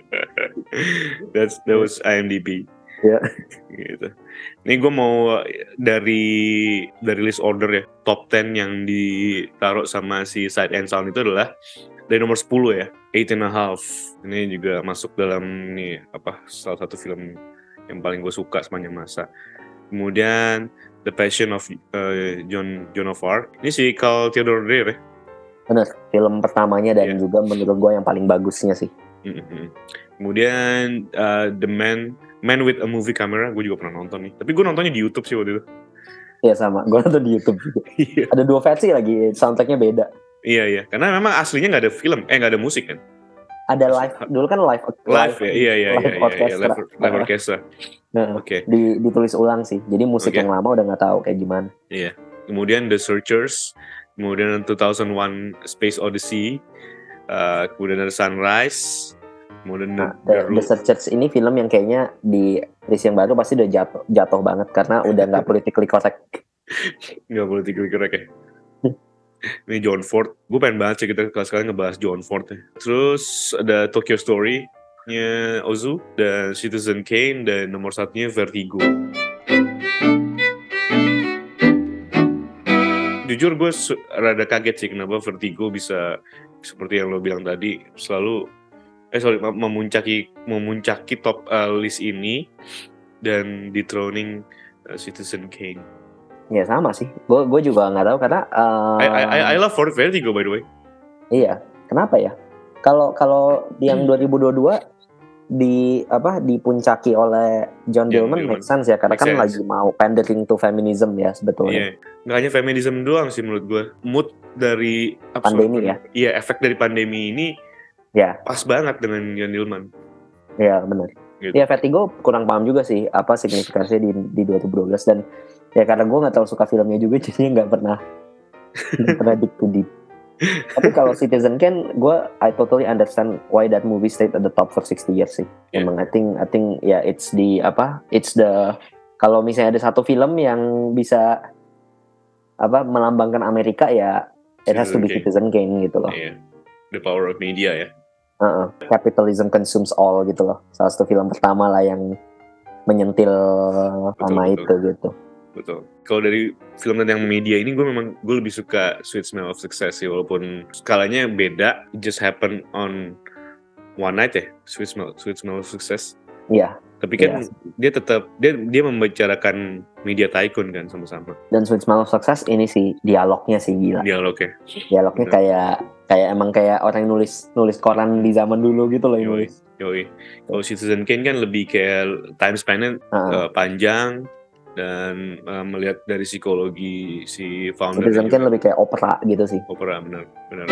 That's that was I M D B. Ya. Gitu. Ini gue mau dari dari list order ya, top sepuluh yang ditaruh sama si Sight and Sound itu adalah dari nomor sepuluh ya, Eight and a Half. Ini juga masuk dalam nih apa salah satu film yang paling gue suka sepanjang masa. Kemudian The Passion of uh, John Joan of Arc. Ini si Carl Theodor Dreyer ya. Bener, film pertamanya dan Yeah. juga menurut gue yang paling bagusnya sih. Mm-hmm. Kemudian uh, The Man Man with a Movie Camera, gue juga pernah nonton nih. Tapi gue nontonnya di YouTube sih waktu itu. Iya sama, gue nonton di YouTube juga. Iya, Ada dua versi lagi, soundtracknya beda. iya, iya. Karena memang aslinya nggak ada film, eh nggak ada musik kan? Ada live, dulu kan live Live ya, iya, iya, live iya, iya, orchestra. iya, live, live orchestra. Nah, Oke, di, ditulis ulang sih, jadi musik Oke. yang lama udah nggak tahu kayak gimana. iya. Kemudian The Searchers, kemudian two thousand one Space Odyssey, uh, kemudian ada Sunrise, kemudian Nah, The, The, The Searchers ini film yang kayaknya di list yang baru pasti udah jatuh jatuh banget karena udah nggak politically correct. nggak boleh tiga-tiga ya. Ini John Ford, gue pengen banget sih kita sekali ngebahas John Ford ya. Terus ada Tokyo Story nya Ozu, dan Citizen Kane, dan nomor satunya Vertigo. Jujur gue su- rada kaget sih kenapa Vertigo bisa seperti yang lo bilang tadi selalu eh sorry mem- memuncaki memuncaki top uh, list ini dan dethroning uh, Citizen Kane. Ya sama sih, gue gue juga nggak tahu karena uh, I, I, I- I love Ford Vertigo by the way. iya, kenapa ya? Kalau kalau yang dua ribu dua puluh dua di apa dipuncaki oleh John John Dillman Dillman. make sense ya, karena Make kan sense. lagi mau pandering to feminism ya sebetulnya. Iya, nggak hanya feminism doang sih menurut gue. Mood dari Pandemi ya? Iya, efek dari pandemi ini Ya, pas banget dengan John Dillman. ya benar. Gitu. Ya Vertigo kurang paham juga sih apa signifikansinya di di dua ribu dua belas, dan ya karena gue nggak terlalu suka filmnya juga jadinya nggak pernah nggak pernah dig too deep. Tapi kalau Citizen Kane, gue I totally understand why that movie stayed at the top for sixty years sih. Yeah. Emang I think I think ya yeah, it's the apa it's the kalau misalnya ada satu film yang bisa apa melambangkan Amerika ya it has to be Citizen Citizen Kane gitu loh. Iya. The power of media ya. Uh-uh. Capitalism consumes all gitu loh. Salah satu film pertama lah yang menyentil sama betul. itu gitu. Betul. Kalau dari film tentang media ini gue memang gue lebih suka Sweet Smell of Success sih, walaupun skalanya beda. It just happen on one night ya, Sweet Smell Sweet Smell of Success. Iya. Tapi kan dia tetap dia dia membicarakan media tycoon kan sama-sama. Dan Sweet Smell of Success ini sih dialognya sih gila. Dialognya. Dialognya Bener. kayak kayak emang kayak orang yang nulis nulis koran di zaman dulu gitu loh yang Yoi. nulis. Yoi. Kalau Citizen Kane kan lebih kayak time span-nya Uh-uh. uh, panjang dan uh, melihat dari psikologi si founder. Citizen Kane lebih kayak opera gitu sih. Opera benar, benar.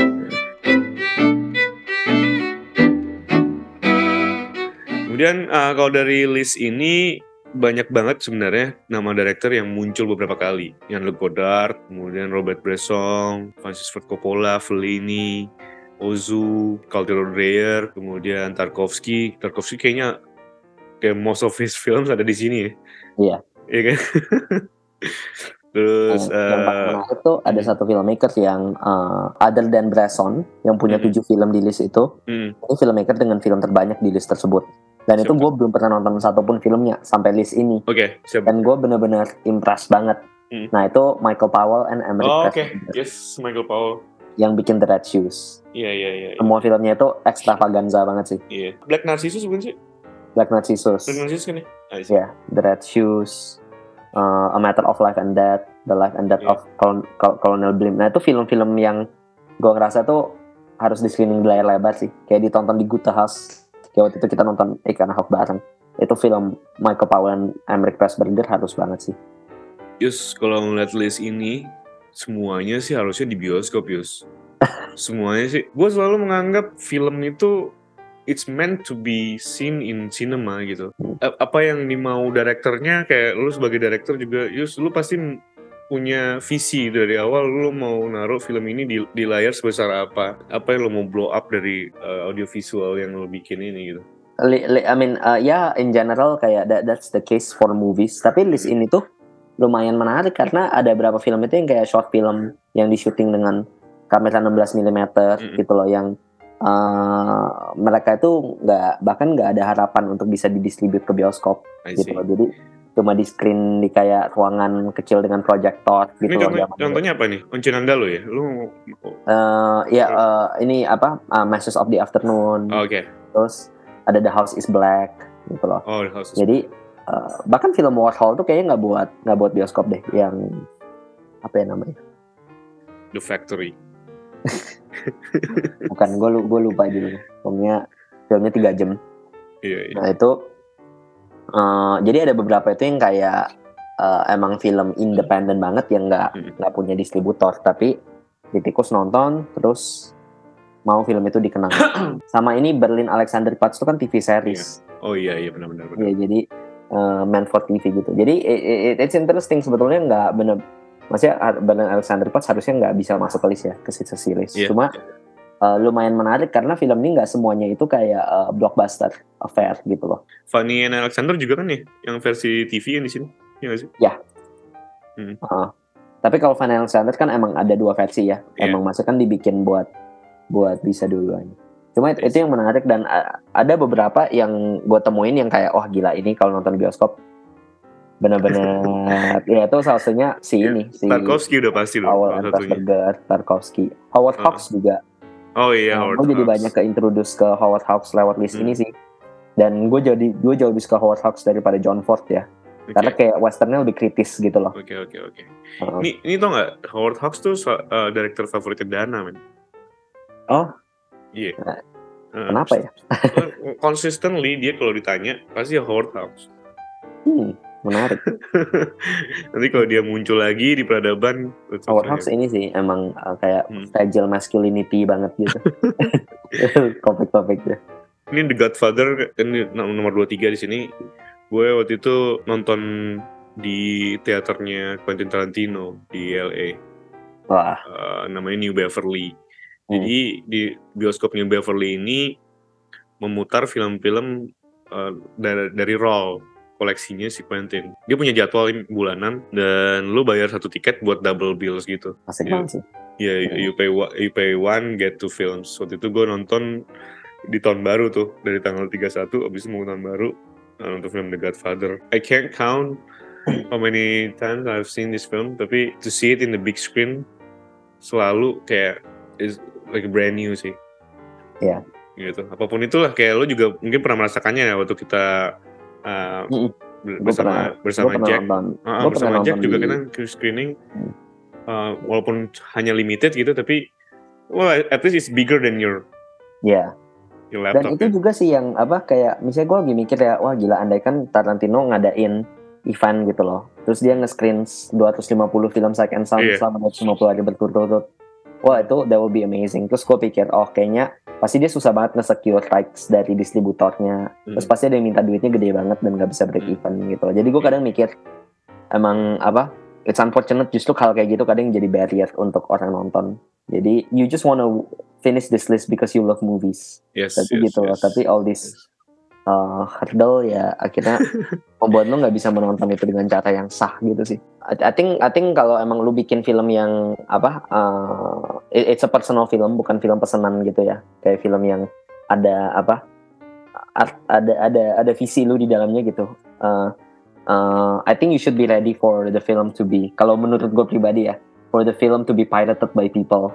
Kemudian uh, kalau dari list ini banyak banget sebenarnya nama director yang muncul beberapa kali. Jean-Luc Godard, kemudian Robert Bresson, Francis Ford Coppola, Fellini, Ozu, Carl Theodor Dreyer, kemudian Tarkovsky. Tarkovsky kayaknya kayak most of his films ada di sini ya. Iya. Iya kan? Terus Yang, yang paling uh, menarik tuh ada hmm. satu filmmaker yang uh, other than Bresson yang punya Hmm. tujuh film di list itu. hmm, Ini filmmaker dengan film terbanyak di list tersebut. Dan itu Siapa? gue belum pernah nonton satupun filmnya sampai list ini. oke, siap. Dan gue bener-bener impressed banget. Hmm. Nah itu Michael Powell and Emmerich Oh, oke. Fassbender. Yes, Michael Powell. yang bikin The Red Shoes. Iya iya iya. iya. Semua filmnya itu extravaganza banget sih. Iya. Black Narcissus bukan sih? Black Narcissus. Black Narcissus kan ya? Ah, iya. Yeah, The Red Shoes, uh, A Matter of Life and Death, The Life and Death Yeah. of Col- Col- Colonel Blim. Nah itu film-film yang gue ngerasa tuh harus di screening di layar lebar sih. Kayak ditonton di Gute House. Kayak waktu itu kita nonton Ikan Hawk bareng. Itu film Michael Powell dan Emmerich Pressburger harus banget sih. Yus, kalau ngeliat list ini, semuanya sih harusnya di bioskop, Yus. Semuanya sih. Gue selalu menganggap film itu it's meant to be seen in cinema gitu. A- apa yang dimau direkturnya, kayak lu sebagai direktur juga, Yus, lu pasti m- punya visi dari awal. Lu mau naruh film ini di, di layar sebesar apa. Apa yang lu mau blow up dari uh, audiovisual yang lu bikin ini gitu. Li- li- I mean, uh, ya in general kayak that, that's the case for movies. Tapi list ini tuh lumayan menarik karena ada beberapa film itu yang kayak short film yang di syuting dengan kamera enam belas milimeter Mm-mm. gitu loh, yang uh, mereka itu nggak, bahkan nggak ada harapan untuk bisa didistribute ke bioskop I gitu see. loh. Jadi cuma di screen di kayak ruangan kecil dengan proyektor gitu Ini loh. contoh, zaman dulu. contohnya apa nih? Oncinanda lo ya? Lu Uh, ya uh, ini apa uh, Masters of the Afternoon, oh, oke. terus ada The House is Black gitu loh. Oh, The House is- Jadi uh, bahkan film Warhol tuh kayaknya nggak buat nggak buat bioskop deh, yang apa ya namanya? The Factory. Bukan, gue gue lupa judulnya. Filmnya filmnya tiga jam. Iya, iya. Nah itu uh, jadi ada beberapa itu yang kayak uh, emang film independen banget yang nggak Hmm. nggak punya distributor, tapi kritikus nonton terus mau film itu dikenang. Sama ini Berlin Alexanderplatz itu kan T V series. Oh iya, iya benar-benar. Ya, jadi uh, meant for T V gitu. Jadi it, it, it's interesting, sebetulnya nggak bener. Maksudnya Berlin Alexanderplatz harusnya nggak bisa masuk ke list ya, ke sisa series. Iya. Cuma uh, lumayan menarik karena film ini nggak semuanya itu kayak uh, blockbuster affair gitu loh. Fanny and Alexander juga kan ya, yang versi T V yang di sini. Iya nggak sih? Uh, tapi kalau Van Alexander kan emang ada dua versi ya. Iya. Emang masuk kan dibikin buat buat bisa duluan. Cuma itu, Yes. itu yang menarik, dan uh, ada beberapa yang gue temuin yang kayak oh gila ini kalau nonton bioskop benar-benar ya itu salah satunya si Iya. ini si Tarkovsky udah pasti loh, Powell salah and satunya. Pressburger, Tarkovsky, Howard Uh. Hawks juga. Oh iya, Nah, Howard gue jadi Hawks. banyak ke introduce ke Howard Hawks lewat list Hmm. ini sih. Dan gue jadi gue jauh lebih suka Howard Hawks daripada John Ford ya. Oke. Karena kayak westernnya lebih kritis gitu loh. Oke oke oke. Uh, Ini ini tau nggak, Howard Hawks tuh uh, director favoritnya Dana, men. Oh. Iya. Nah, Uh, kenapa ya? Consistently dia kalau ditanya pasti ya Howard Hawks. Hmm, menarik. Nanti kalau dia muncul lagi di peradaban, Howard Hawks ini sih emang uh, kayak Hmm. fragile masculinity banget gitu. Topik-topiknya. Ini The Godfather kan ini nomor dua puluh tiga di sini. Gue waktu itu nonton di teaternya Quentin Tarantino di L A. Wah, Uh, namanya New Beverly. Hmm. Jadi di bioskop New Beverly ini memutar film-film uh, dari, dari roll koleksinya si Quentin. Dia punya jadwal bulanan dan lu bayar satu tiket buat double bills gitu. asik Iya. banget sih. Ya, Hmm. you pay wa- you pay one get two films. Waktu itu gue nonton di tahun baru tuh, dari tanggal tiga puluh satu abis itu mau tahun baru uh, nonton film The Godfather. I can't count how many times I've seen this film, tapi to see it in the big screen selalu kayak is like brand new sih. Iya. Gitu. Apapun itulah, kayak lo juga mungkin pernah merasakannya ya waktu kita uh, Mm-mm. ber- Gue bersama pernah, bersama gue pernah Jack. nonton. Uh, Gue bersama pernah Jack nonton juga di- kita ke screening, Hmm. uh, walaupun hanya limited gitu, tapi well at least it's bigger than your Ya. your Dan laptop. itu ya. juga sih yang apa kayak misalnya gue lagi mikir ya, wah gila andai kan Tarantino ngadain event gitu loh. Terus dia nge-screen dua ratus lima puluh film sight and sound Iya. selama dua ratus lima puluh hari berturut-turut. Wah itu that will be amazing. Terus gue pikir oh kayaknya pasti dia susah banget nge-secure rights dari distributornya. Terus Hmm. pasti ada yang minta duitnya gede banget dan gak bisa break Hmm. even gitu loh. Jadi gue kadang mikir emang apa it's unfortunate justru hal kayak gitu kadang jadi barrier untuk orang nonton. Jadi you just wanna finish this list because you love movies. Yes, Tapi yes, gitu loh. yes. Tapi all this uh, hurdle ya akhirnya membuat lo nggak bisa menonton itu dengan cara yang sah gitu sih. I, I think I think kalau emang lu bikin film yang apa, uh, it- it's a personal film, bukan film pesanan gitu ya. Kayak film yang ada apa, art, ada ada ada visi lu di dalamnya gitu. Uh, uh, I think you should be ready for the film to be. Kalau menurut gue pribadi ya, for the film to be pirated by people.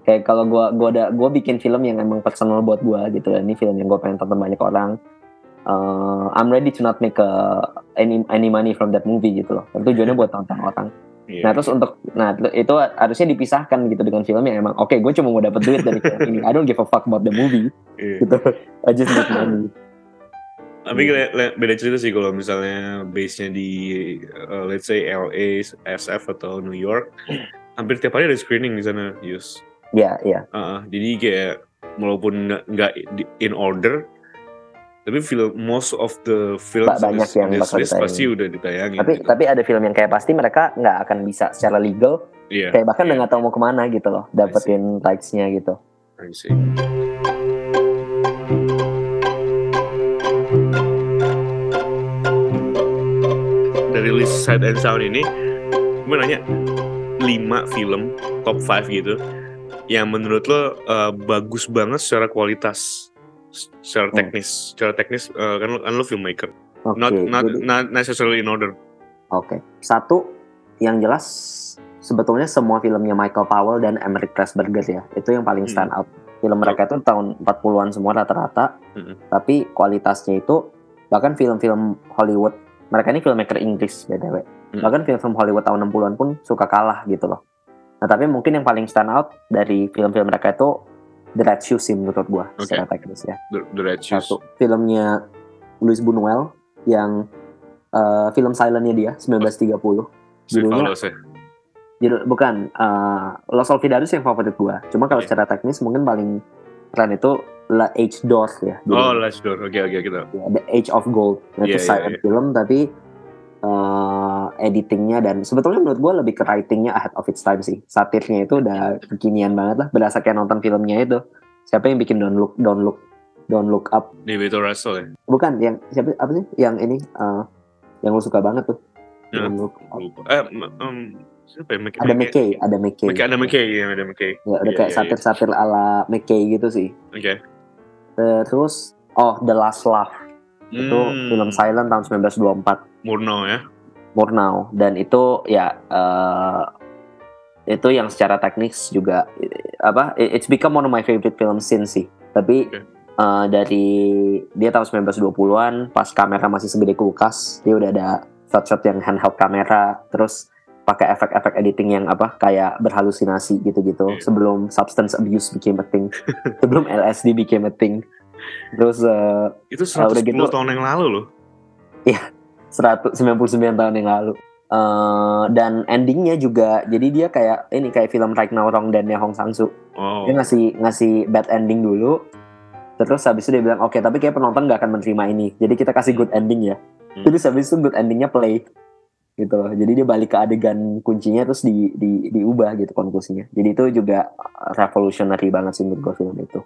Kayak kalau gue gue ada gue bikin film yang emang personal buat gue gitu. Ini film yang gue pengen tonton banyak orang. Uh, I'm ready to not make a, any any money from that movie gitu loh. Tujuannya buat tonton orang. Iya. Nah terus untuk nah itu harusnya dipisahkan gitu dengan film yang emang oke okay, gue cuma mau dapat duit dari film ini. I don't give a fuck about the movie. Iya. Gitu. I just need money. Tapi le- le- beda cerita sih kalau misalnya base-nya di uh, let's say L A, S F atau New York, hampir tiap hari ada screening di sana, Yus. Iya, iya. Uh, jadi kayak walaupun nggak- nggak di- in order, tapi film most of the films Ba- banyak yang on this bakal list ditayangin. pasti udah ditayangin. Tapi gitu. tapi ada film yang kayak pasti mereka nggak akan bisa secara legal, Iya. kayak bahkan iya. udah nggak tahu mau kemana gitu loh, dapetin rights-nya gitu. I see. Dari list Sight and Sound ini, gue nanya lima film top lima gitu yang menurut lo uh, bagus banget secara kualitas, secara Hmm. teknis, secara teknis uh, kan, lo- kan lo filmmaker, Oke. not not jadi- not necessarily in order. Oke. Satu yang jelas sebetulnya semua filmnya Michael Powell dan Emmerich Pressburger ya, itu yang paling Hmm. stand out. Film mereka itu tahun empat puluhan semua rata-rata, Hmm. tapi kualitasnya itu bahkan film-film Hollywood, mereka ini filmmaker Inggris B T W. Hmm. Bahkan film-film Hollywood tahun enam puluhan pun suka kalah gitu loh. Nah, tapi mungkin yang paling stand out dari film-film mereka itu The Red Shoes sih menurut gua Oke. secara teknis ya. The, the Red Shoes. Satu filmnya Louis Buñuel yang uh, film silentnya dia sembilan belas tiga puluh. Judulnya Cephalosaurus ya. judul, bukan uh, Los Olvidados yang favorit gua. Cuma kalau Oke. secara teknis mungkin paling keren itu La Age d'Or ya. Oh, judulnya. Last Door. Oke, oke, kita. Ya, The Age of Gold. Nah, itu Iya, iya, silent iya. film tapi uh, editingnya dan sebetulnya menurut gue lebih ke writingnya ahead of its time sih. Satirnya itu udah kekinian banget lah. Berasa kayak nonton filmnya itu. Siapa yang bikin Don't Look Don't Look Don't Look Up? David O. Russell ya. Bukan yang siapa apa sih? Yang ini uh, yang lu suka banget tuh. Ya. Don't Look Up. Lupa. Eh, m- um, siapa ya? Mc- Ada Mc- McKay, ada McKay. Mc- Ada McKay, ya, ada McKay. Ya, udah Iya, kayak iya, satir-satir ala McKay gitu sih. Oke. Terus oh The Last Laugh. Itu Hmm. film silent tahun sembilan belas dua puluh empat. Murnau ya. Murnau, dan itu ya eh, itu yang secara teknis juga eh, apa it- it's become one of my favorite film since sih. Tapi Oke. eh, dari dia tahun sembilan belas dua puluhan pas kamera masih segede kulkas, dia udah ada shot-shot yang handheld kamera, terus pakai efek-efek editing yang apa kayak berhalusinasi gitu-gitu Iya. sebelum substance abuse became a thing, sebelum L S D became a thing. Terus eh, Itu udah seratus sepuluh gitu- tahun yang lalu loh. seratus sembilan puluh sembilan tahun yang lalu. Eh, dan endingnya juga jadi dia kayak ini kayak film Right Now Wrong Dan-nya Hong Sang-soo. Oh. Dia ngasih ngasih bad ending dulu. Terus habis itu dia bilang oke tapi kayak penonton gak akan menerima ini. Jadi kita kasih good ending ya. Hmm. Terus habis itu good endingnya play gitu loh. Jadi dia balik ke adegan kuncinya terus di, di diubah gitu konklusinya. Jadi itu juga revolutionary banget sih menurut gue film itu.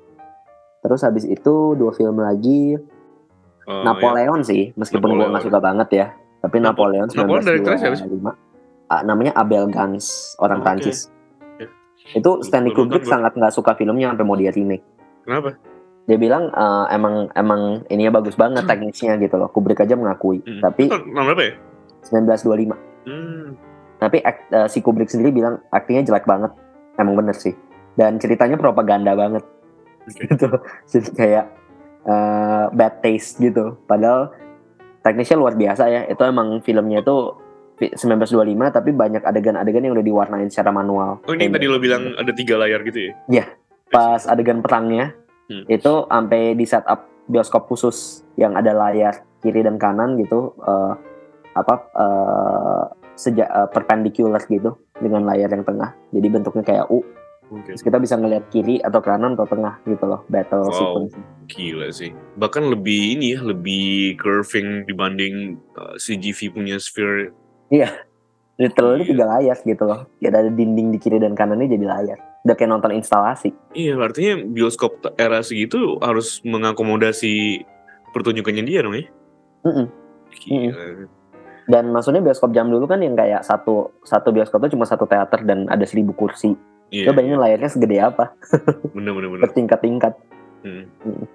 Terus habis itu dua film lagi Oh, Napoleon sih, meskipun gue Napoleon. nggak suka banget ya. Tapi Napo- Napoleon Napoleon direkturnya siapa sih? sembilan belas dua puluh lima. Ah, namanya Abel Gance, orang Oh, Prancis. oke. Itu Stanley Belum Kubrick nonton gua. sangat nggak suka filmnya sampai mau dia remake. Kenapa? Dia bilang eh, emang emang ininya bagus banget teknisnya gitu loh. Kubrick aja mengakui. Hmm. Tapi Itu tahun berapa ya? sembilan belas dua puluh lima. Hmm. Tapi act- eh, si Kubrick sendiri bilang aktingnya jelek banget. Emang bener sih. Dan ceritanya propaganda banget. Oke. Gitu. Jadi kayak eh, bad taste gitu. Padahal teknisnya luar biasa ya. Itu emang filmnya itu fi- sembilan belas dua puluh lima tapi banyak adegan-adegan yang udah diwarnain secara manual. Oh ini Kayak tadi lo bilang ada tiga layar gitu ya? Iya. Pas adegan perangnya Hmm. itu sampai di setup bioskop khusus yang ada layar kiri dan kanan gitu eh, apa eh, sejak eh, perpendicular gitu dengan layar yang tengah. Jadi bentuknya kayak U. Oke. Terus kita bisa ngeliat kiri atau kanan atau tengah gitu loh battle Wow. sequence. Gila sih. Bahkan lebih ini ya, lebih curving dibanding uh, C G V punya Sphere. Literally Iya. tiga layar gitu loh. Ya ada dinding di kiri dan kanannya jadi layar. Udah kayak nonton instalasi. Iya, artinya bioskop t- era segitu harus mengakomodasi pertunjukannya dia dong ya? Mm-mm. Gila. Dan maksudnya bioskop jam dulu kan yang kayak satu satu bioskop itu cuma satu teater dan ada seribu kursi. Iya, Lo bayangin layarnya segede apa? bener bener bener. Bertingkat-tingkat. Hmm.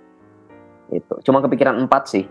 Itu. Cuma kepikiran empat sih.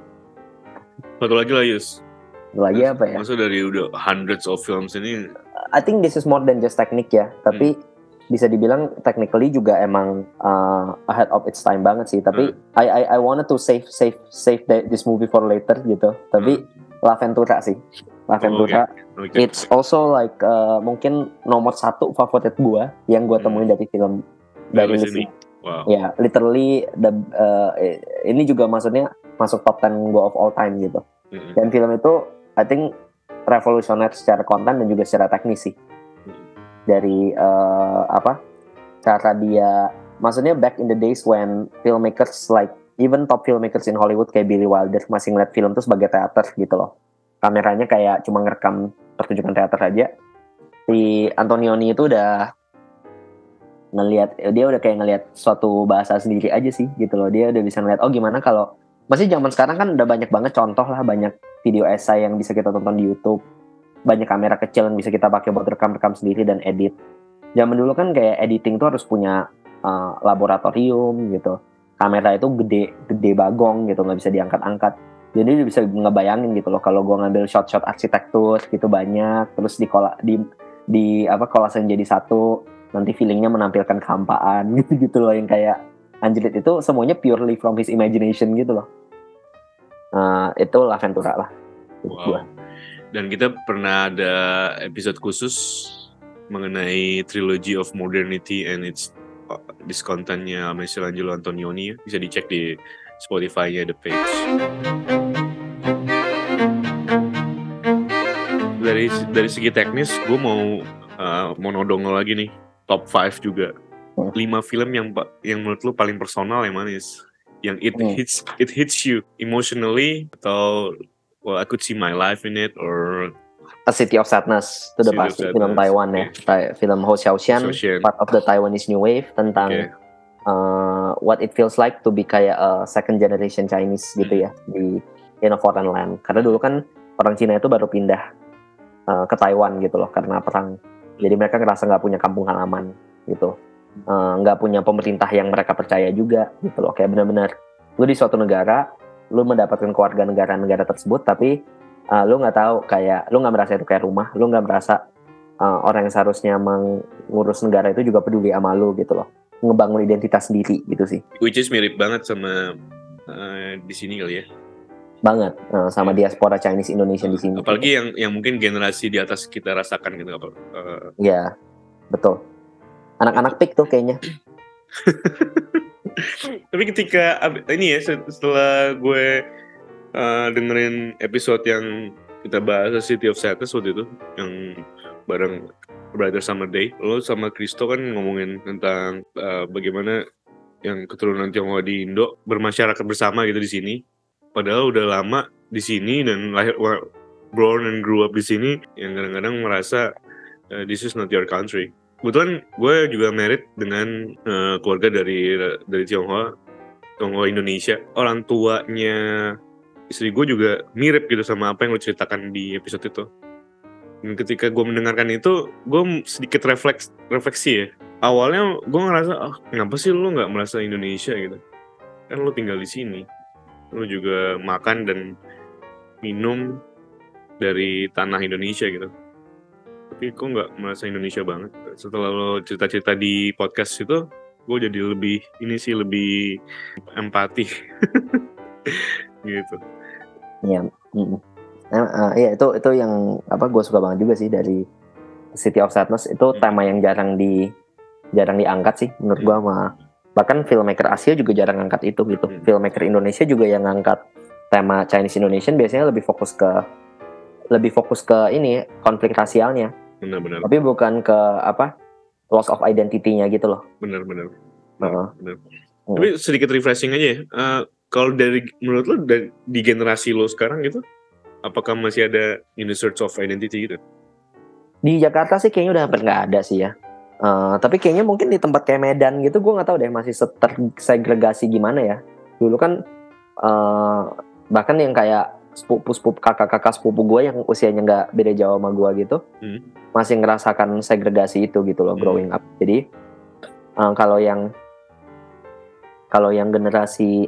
Satu lagi lah Yus. Lagi apa ya? Maksud dari udah hundreds of films ini. I think this is more than just teknik ya. Tapi bisa dibilang technically juga emang uh, ahead of its time banget sih. Tapi Hmm. I I I wanted to save save save that, this movie for later gitu. Tapi La Ventura sih, La Ventura. Oh, oke. It's also like uh, mungkin nomor satu favorit gua yang gua temuin Hmm. dari film Dari dari ini sini. sih. Wow. Ya, literally the uh, ini juga maksudnya masuk top sepuluh gua of all time gitu. Mm-mm. Dan film itu I think revolusioner secara konten dan juga secara teknis sih. Dari uh, apa cara dia, maksudnya back in the days when filmmakers like even top filmmakers in Hollywood kayak Billy Wilder masih ngeliat film itu sebagai teater gitu loh, kameranya kayak cuma ngerekam pertunjukan teater aja. Si Antonioni itu udah ngelihat, dia udah kayak ngelihat suatu bahasa sendiri aja sih gitu loh. Dia udah bisa ngeliat oh gimana kalau masih zaman sekarang kan udah banyak banget contoh lah, banyak video essay yang bisa kita tonton di YouTube, banyak kamera kecil yang bisa kita pakai buat rekam-rekam sendiri dan edit. Zaman dulu kan kayak editing tuh harus punya uh, laboratorium gitu. Kamera itu gede, gede bagong gitu, nggak bisa diangkat-angkat. Jadi dia bisa ngebayangin gitu loh kalau gue ngambil shot-shot arsitektur gitu banyak, terus di kola, di di apa kolasen jadi satu, nanti feelingnya menampilkan kehampaan gitu-gitu loh, yang kayak anjrit itu semuanya purely from his imagination gitu loh. Uh, itu La Ventura lah. Wow. Dan kita pernah ada episode khusus mengenai Trilogy of Modernity and its uh, diskontannya Michelangelo Antonioni. Bisa dicek di Spotify-nya The Page. Dari dari segi teknis, gue mau uh, mau nodong lagi nih top lima juga. lima film yang yang menurut lu paling personal yang mana? Yang it Hmm. hits it hits you emotionally, atau well I could see my life in it, or A City of Sadness itu udah City of pasti Sadness, film Taiwan ya. Ta- film Ho Xiaoxian, Xiaoxian. part of the Taiwanese New Wave, tentang Oke. uh, what it feels like to be kayak a second generation Chinese gitu ya di in a foreign land. Karena dulu kan orang Cina itu baru pindah uh, ke Taiwan gitu loh karena perang. Jadi mereka ngerasa nggak punya kampung halaman gitu, nggak uh, punya pemerintah yang mereka percaya juga gitu loh. Kayak benar-benar lu di suatu negara, lu mendapatkan keluarga negara-negara tersebut, tapi uh, lu nggak tahu kayak lu nggak merasa itu kayak rumah, lu nggak merasa uh, orang yang seharusnya mengurus negara itu juga peduli sama lu gitu loh, ngebangun identitas sendiri gitu sih. Which is mirip banget sama uh, di sini kali ya. Banget uh, sama diaspora Chinese Indonesian uh, di sini. Apalagi gitu. yang yang mungkin generasi di atas kita rasakan gitu apa? Uh, ya betul. Anak-anak pik tuh kayaknya. Tapi ketika ini ya setelah gue uh, dengerin episode yang kita bahas City of Sadness waktu itu yang bareng Brother Summer Day, lo sama Kristo kan ngomongin tentang uh, bagaimana yang keturunan Tionghoa di Indo bermasyarakat bersama gitu di sini. Padahal udah lama di sini dan lahir, born and grew up di sini, yang kadang-kadang merasa uh, this is not your country. Kebetulan gue juga married dengan uh, keluarga dari dari Tionghoa, Tionghoa Indonesia. Orang tuanya istri gue juga mirip gitu sama apa yang lo ceritakan di episode itu. Dan ketika gue mendengarkan itu, gue sedikit refleks, refleksi ya. Awalnya gue ngerasa, oh, kenapa sih lo nggak merasa Indonesia gitu? Kan lo tinggal di sini, lo juga makan dan minum dari tanah Indonesia gitu. Tapi kok nggak merasa Indonesia banget. Setelah lo cerita-cerita di podcast itu, gue jadi lebih ini sih lebih empati gitu. Iya, mm. nah, uh, iya itu itu yang apa gue suka banget juga sih dari City of Sadness itu hmm. tema yang jarang di jarang diangkat sih menurut gue, sama bahkan filmmaker Asia juga jarang angkat itu gitu. Hmm. Filmmaker Indonesia juga yang ngangkat tema Chinese Indonesian biasanya lebih fokus ke lebih fokus ke ini konflik rasialnya. Benar-benar. Tapi bukan ke apa loss of identity-nya gitu loh. Benar-benar. Uh-huh. Benar. Hmm. Tapi sedikit refreshing aja ya. Uh, kalau dari menurut lo dari, di generasi lo sekarang gitu, apakah masih ada in the search of identity gitu? Di Jakarta sih kayaknya udah hampir nggak ada sih ya. Uh, tapi kayaknya mungkin di tempat kayak Medan gitu, gue nggak tahu deh masih tersegregasi gimana ya. Dulu kan uh, bahkan yang kayak sepupu-sepupu kakak-kakak sepupu gue yang usianya nggak beda jauh sama gue gitu, hmm. masih ngerasakan segregasi itu gitu loh, hmm. growing up. Jadi uh, kalau yang kalau yang generasi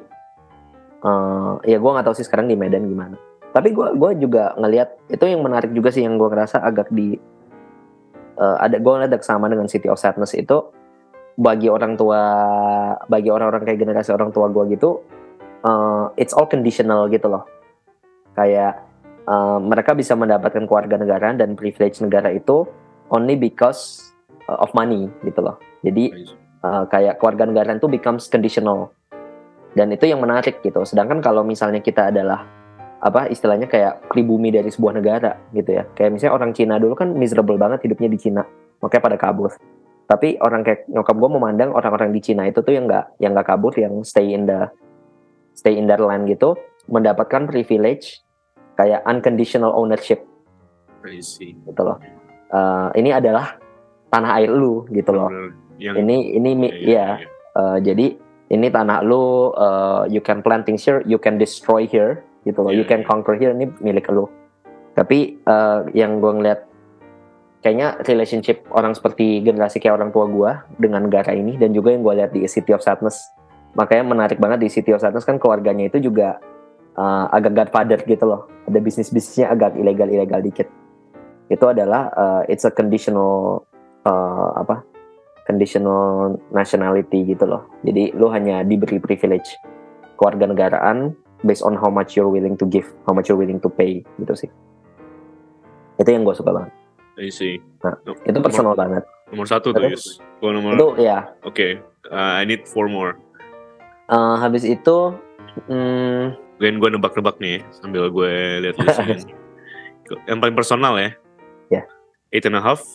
uh, ya gue nggak tahu sih sekarang di Medan gimana. Tapi gue gue juga ngelihat itu yang menarik juga sih, yang gue ngerasa agak di uh, ada gue ngeliat ada kesamaan dengan City of Sadness itu bagi orang tua, bagi orang-orang kayak generasi orang tua gue gitu, uh, it's all conditional gitu loh. Kayak uh, mereka bisa mendapatkan kewarganegaraan dan privilege negara itu only because uh, of money gitu loh. Jadi uh, kayak kewarganegaraan itu becomes conditional. Dan itu yang menarik gitu. Sedangkan kalau misalnya kita adalah apa istilahnya kayak pribumi dari sebuah negara gitu ya. Kayak misalnya orang Cina dulu kan miserable banget hidupnya di Cina, makanya pada kabur. Tapi orang kayak nyokap gue memandang orang-orang di Cina itu tuh yang nggak yang nggak kabur, yang stay in the stay in their land gitu, mendapatkan privilege kayak unconditional ownership. I see. Gitu loh. Uh, ini adalah tanah air lu gitu loh. Yang, ini ini ya, ya, ya. Uh, jadi ini tanah lu, uh, you can plant things here, you can destroy here gitu loh, yeah, you can yeah. conquer here, ini milik lu. Tapi uh, yang gue ngeliat kayaknya relationship orang seperti generasi kayak orang tua gue dengan negara ini, dan juga yang gue lihat di City of Sadness, makanya menarik banget di City of Sadness kan keluarganya itu juga uh, agak godfather gitu loh, ada bisnis-bisnisnya agak ilegal-ilegal dikit. Itu adalah uh, it's a conditional uh, apa conditional nationality gitu loh. Jadi lu hanya diberi privilege kewarganegaraan based on how much you're willing to give, how much you're willing to pay gitu sih. Itu yang gue suka banget. I see. Nah, no, itu personal nomor, banget. Nomor satu tuh, Yus. Gua nomor. Itu ya. Oke, okay. uh, I need four more. Uh, habis itu, hmm, gue gue nebak-nebak nih, sambil gue lihat listnya. Yang paling personal ya. Ya. Yeah. Eight and a half.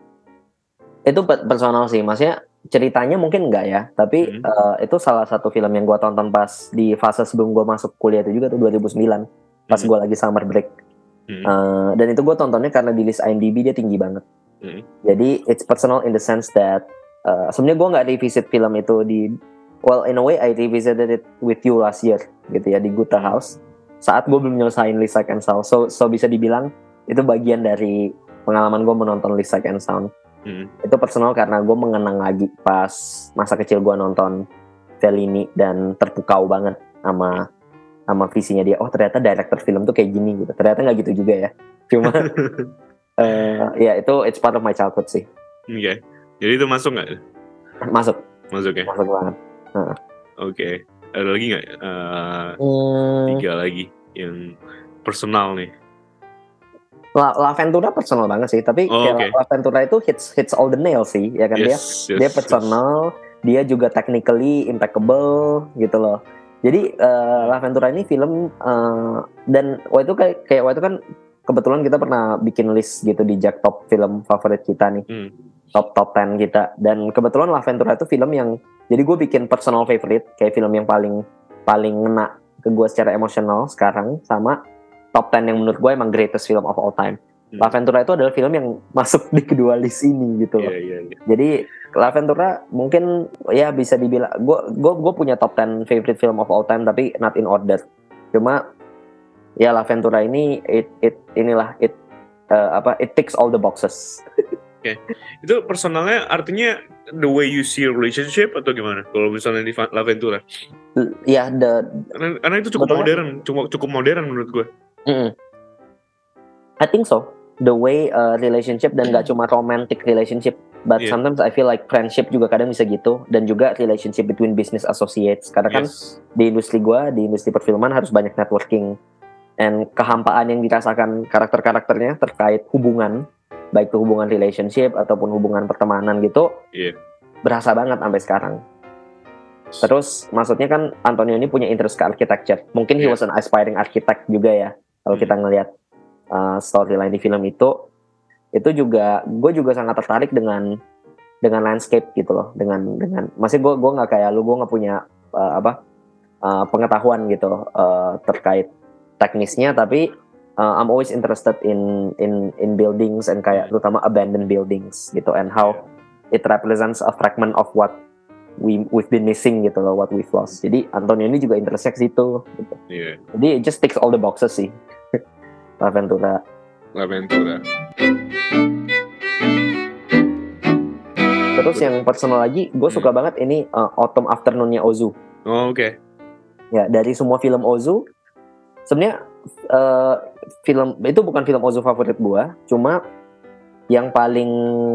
Itu personal sih, maksudnya ceritanya mungkin enggak ya, tapi hmm. uh, itu salah satu film yang gue tonton pas di fase sebelum gue masuk kuliah itu juga tuh dua ribu sembilan, pas hmm. gue lagi summer break. Hmm. Uh, dan itu gue tontonnya karena di list I M D B dia tinggi banget. Hmm. Jadi it's personal in the sense that uh, sebenarnya gue nggak revisit film itu di, well in a way I revisited it with you last year gitu ya di Gutta House saat gue belum nyelesain List Sight and Sound. So so bisa dibilang itu bagian dari pengalaman gue menonton List Sight and Sound. Hmm. Itu personal karena gue mengenang lagi pas masa kecil gue nonton Fellini dan terpukau banget sama sama visinya dia. Oh ternyata director film tuh kayak gini gitu. Ternyata nggak gitu juga ya. Cuma uh, ya itu it's part of my childhood sih. Oke. Okay. Jadi itu masuk nggak? Masuk. Masuk ya. Masuk banget. Uh. Oke. Okay. Ada lagi nggak? Uh, hmm. Tiga lagi yang personal nih. La, La Ventura personal banget sih. Tapi oh, kayak okay. La Ventura itu hits hits all the nails sih, ya kan. Yes, dia yes, dia personal. Yes. Dia juga technically impeccable gitu loh. Jadi uh, La Ventura ini film uh, dan waktu itu kayak kayak waktu itu kan kebetulan kita pernah bikin list gitu di Jack Top film favorit kita nih, hmm. top top ten kita, dan kebetulan La Ventura itu film yang jadi gue bikin personal favorite kayak film yang paling paling ngena ke gue secara emosional sekarang, sama top ten yang menurut gue emang greatest film of all time. Hmm. La Ventura itu adalah film yang masuk di kedua list ini gitu loh. Yeah, yeah, yeah. Jadi La Ventura mungkin ya bisa dibilang gue gue gue punya top ten favorite film of all time tapi not in order. Cuma ya La Ventura ini it it inilah it uh, apa it ticks all the boxes. Oke. Okay. Itu personalnya artinya the way you see a relationship atau gimana? Kalau misalnya di La Ventura. Ya the karena, karena itu cukup betul modern, cukup cukup modern menurut gue. Mm-hmm. I think so. The way uh, relationship dan gak cuma romantic relationship, but yeah. sometimes I feel like friendship juga kadang bisa gitu, dan juga relationship between business associates. Karena kan yes. di industri gue, di industri perfilman harus banyak networking, and kehampaan yang dirasakan karakter-karakternya terkait hubungan, baik itu hubungan relationship ataupun hubungan pertemanan gitu, yeah. berasa banget sampai sekarang. Terus maksudnya kan Antonio ini punya interest ke architecture, mungkin yeah. he was an aspiring architect juga ya, kalau hmm. kita ngelihat Uh, storyline di film itu, itu juga gue juga sangat tertarik dengan dengan landscape gitu loh, dengan dengan masih gue gue nggak kayak lu, gue nggak punya uh, apa uh, pengetahuan gitu uh, terkait teknisnya, tapi uh, I'm always interested in in in buildings and kayak terutama abandoned buildings gitu, and how it represents a fragment of what we we've been missing gitu loh, what we've lost. Jadi Antonio ini juga interest ke situ gitu. Yeah. Jadi it just ticks all the boxes sih. La Ventura. La Ventura. Terus yang personal lagi, gue suka hmm. banget ini uh, Autumn Afternoon-nya Ozu. Oh, oke. Okay. Ya, dari semua film Ozu, sebenarnya uh, film itu bukan film Ozu favorit gue, cuma yang paling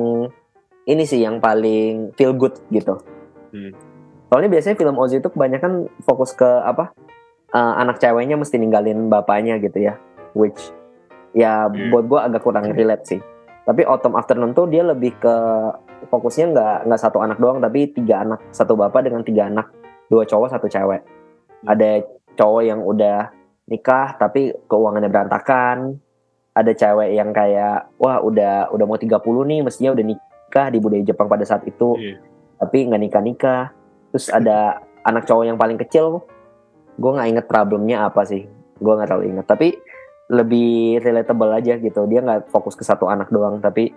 ini sih yang paling feel good gitu. Hmm. Soalnya biasanya film Ozzy itu kebanyakan fokus ke apa uh, anak ceweknya mesti ninggalin bapaknya gitu ya, which ya Yeah. buat gue agak kurang relate sih. Tapi Autumn Afternoon tuh dia lebih ke fokusnya nggak nggak satu anak doang, tapi tiga anak, satu bapak dengan tiga anak, dua cowok satu cewek. Ada cowok yang udah nikah tapi keuangannya berantakan, ada cewek yang kayak wah udah udah mau tiga puluh nih, mestinya udah nikah di budaya Jepang pada saat itu, Yeah. tapi nggak nikah nikah. Terus ada anak cowok yang paling kecil, gue nggak inget problemnya apa sih, gue nggak terlalu inget, tapi lebih relatable aja gitu. Dia nggak fokus ke satu anak doang, tapi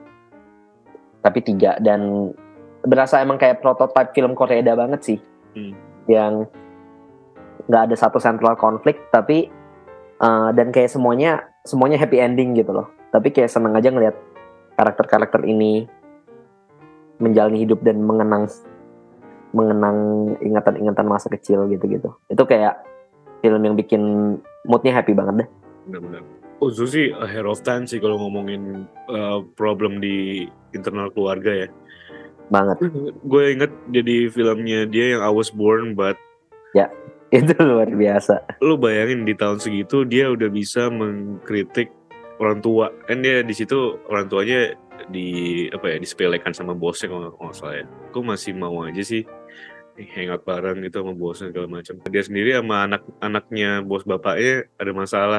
tapi tiga, dan berasa emang kayak prototype film Korea banget sih. Hmm. Yang nggak ada satu central konflik, tapi uh, dan kayak semuanya semuanya happy ending gitu loh. Tapi kayak seneng aja ngeliat karakter-karakter ini menjalani hidup dan mengenang mengenang ingatan-ingatan masa kecil gitu-gitu. Itu kayak film yang bikin moodnya happy banget deh. Benar-benar. Ozu sih ahead of time sih kalau ngomongin uh, problem di internal keluarga ya. Banget. Gue inget jadi filmnya dia yang I Was Born But. Ya, itu luar biasa. Lu bayangin di tahun segitu dia udah bisa mengkritik orang tua. Kan dia di situ orang tuanya di apa ya disepelekan sama bosnya kalau nggak salah ya. Gue masih mau aja sih hangout bareng gitu sama bosnya segala macam. Dia sendiri sama anak-anaknya bos bapaknya ada masalah.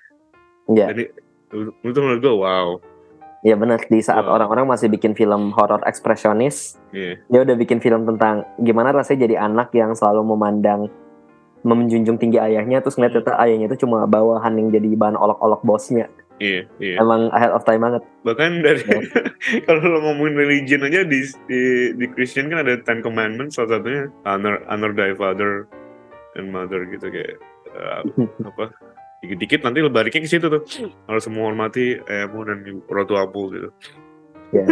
Ya. Jadi itu menurut gue wow. Ya benar, di saat Wow. orang-orang masih bikin film horor ekspresionis, Yeah. dia udah bikin film tentang gimana rasanya jadi anak yang selalu memandang, menjunjung tinggi ayahnya, terus ngeliat Hmm. ternyata ayahnya itu cuma bawahan yang jadi bahan olok-olok bosnya. Iya, iya. Emang ahead of time banget. Bahkan dari Ya. kalau lo ngomongin religion aja di, di di Christian kan ada Ten Commandments, salah satunya honor honor thy father and mother gitu kayak uh, apa dikit-dikit nanti lo baliknya ke situ tuh harus menghormati ayahmu dan orang tuamu gitu. Ya.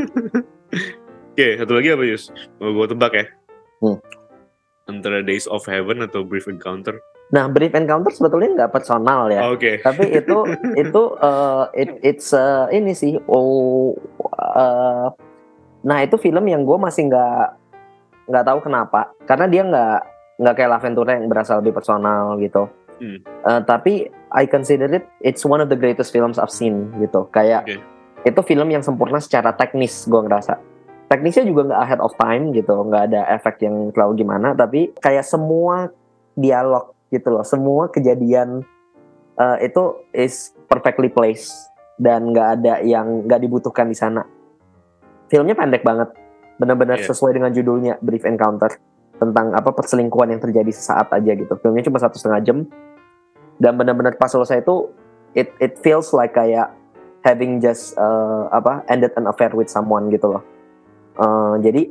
Oke, satu lagi apa Yus? Mau gue tebak ya? Hmm. Antara Days of Heaven atau Brief Encounter? Nah, Brief Encounter sebetulnya nggak personal ya. Oke. Tapi itu itu uh, it, it's uh, ini sih. Oh, uh, nah itu film yang gue masih nggak nggak tahu kenapa. Karena dia nggak nggak kayak L'Avventura yang berasa lebih personal gitu. Hmm. Uh, tapi I consider it it's one of the greatest films I've seen gitu. Kayak Okay. itu film yang sempurna secara teknis, gue ngerasa. Teknisnya juga nggak ahead of time gitu, nggak ada efek yang terlalu gimana. Tapi kayak semua dialog gitu loh, semua kejadian uh, itu is perfectly placed dan nggak ada yang nggak dibutuhkan di sana. Filmnya pendek banget, benar-benar Yeah. sesuai dengan judulnya, Brief Encounter, tentang apa perselingkuhan yang terjadi sesaat aja gitu. Filmnya cuma satu setengah jam dan benar-benar pas selesai itu it it feels like kayak having just uh, apa ended an affair with someone gitu loh. Uh, jadi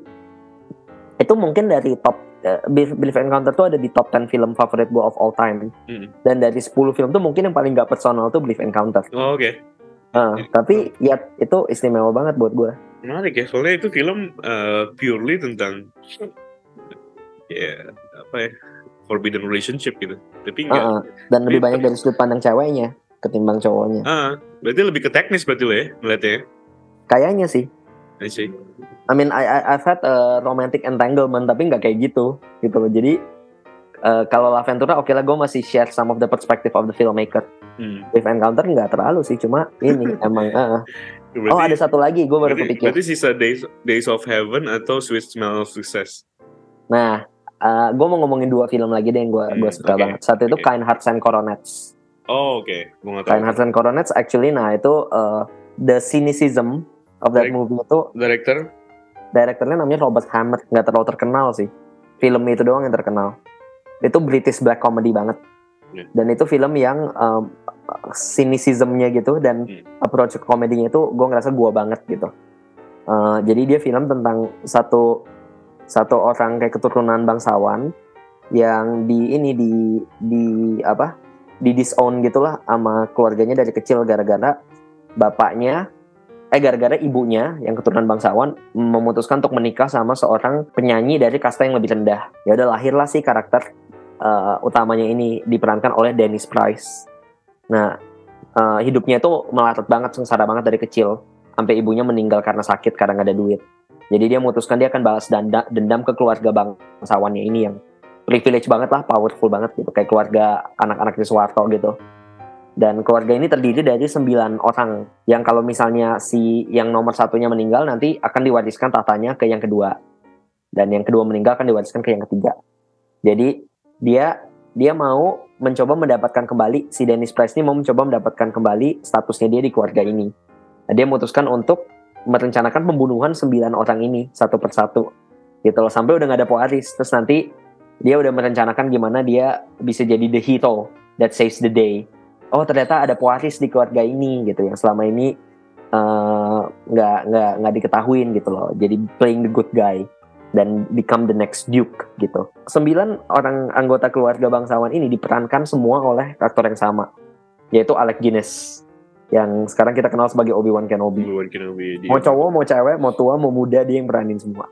itu mungkin dari top uh, Brief Encounter tuh ada di top ten film favorit gue of all time. Hmm. Dan dari sepuluh film tuh mungkin yang paling gak personal tuh Brief Encounter. Oh, oke. Okay. Uh, tapi ya itu istimewa banget buat gue. Menarik ya, soalnya itu film uh, purely tentang ya apa ya forbidden relationship gitu. Tapi enggak. Uh-uh. Dan lebih Tapi- banyak dari sudut pandang ceweknya ketimbang cowoknya. Ah, berarti lebih ke teknis berarti lo ya ngeliatnya. Kayaknya sih. I see. I mean, I, I I've had a romantic entanglement, tapi nggak kayak gitu, gitu loh. Jadi uh, kalau L'Avventura, oke lah, gue masih share some of the perspective of the filmmaker. Hmm. Brief Encounter nggak terlalu sih, cuma ini emang. Uh. Berarti, Oh, ada satu lagi, gue baru berarti, kepikir. berarti sisa Days Days of Heaven atau Sweet Smell of Success. Nah, uh, gue mau ngomongin dua film lagi deh yang gue Hmm, gue suka oke, banget. Satu itu oke. Kind Hearts and Coronets. Oh, oke. Okay. Gue nggak tahu. Kind Hearts and Coronets, actually, nah itu uh, the cynicism of that Direct- movie itu. Director. Direkturnya namanya Robert Hammett, nggak terlalu terkenal sih. Film itu doang yang terkenal. Itu British black comedy banget. Yeah. Dan itu film yang um, cynicism-nya gitu dan Hmm. approach ke komedinya itu gue ngerasa gua banget gitu. Uh, jadi dia film tentang satu satu orang kayak keturunan bangsawan yang di ini di di apa? di disown gitulah sama keluarganya dari kecil gara-gara bapaknya eh gara-gara ibunya yang keturunan bangsawan memutuskan untuk menikah sama seorang penyanyi dari kasta yang lebih rendah. Ya udah lahirlah si karakter uh, utamanya ini diperankan oleh Dennis Price. Nah, uh, hidupnya itu melarat banget, sengsara banget dari kecil. sampai ibunya meninggal karena sakit karena nggak ada duit. Jadi dia memutuskan dia akan balas denda, dendam ke keluarga bangsawannya ini yang privilege banget lah, powerful banget gitu, kayak keluarga anak-anak di Soeharto gitu. Dan keluarga ini terdiri dari sembilan orang yang kalau misalnya si yang nomor satunya meninggal nanti akan diwariskan tahtanya ke yang kedua, dan yang kedua meninggal akan diwariskan ke yang ketiga. Jadi dia dia mau mencoba mendapatkan kembali, si Dennis Price ini mau mencoba mendapatkan kembali statusnya dia di keluarga ini. Nah, dia memutuskan untuk merencanakan pembunuhan sembilan orang ini satu persatu gitu loh, sampai udah gak ada pewaris. Terus nanti dia udah merencanakan gimana dia bisa jadi the hero that saves the day. Oh ternyata ada pewaris di keluarga ini gitu yang selama ini nggak uh, nggak nggak diketahuin gitu loh, jadi playing the good guy dan become the next duke gitu. Sembilan orang anggota keluarga bangsawan ini diperankan semua oleh aktor yang sama, yaitu Alec Guinness yang sekarang kita kenal sebagai Obi-Wan Kenobi. Obi-Wan Kenobi dia. Mau cowok, mau cewek, mau tua, mau muda, dia yang beranin semua.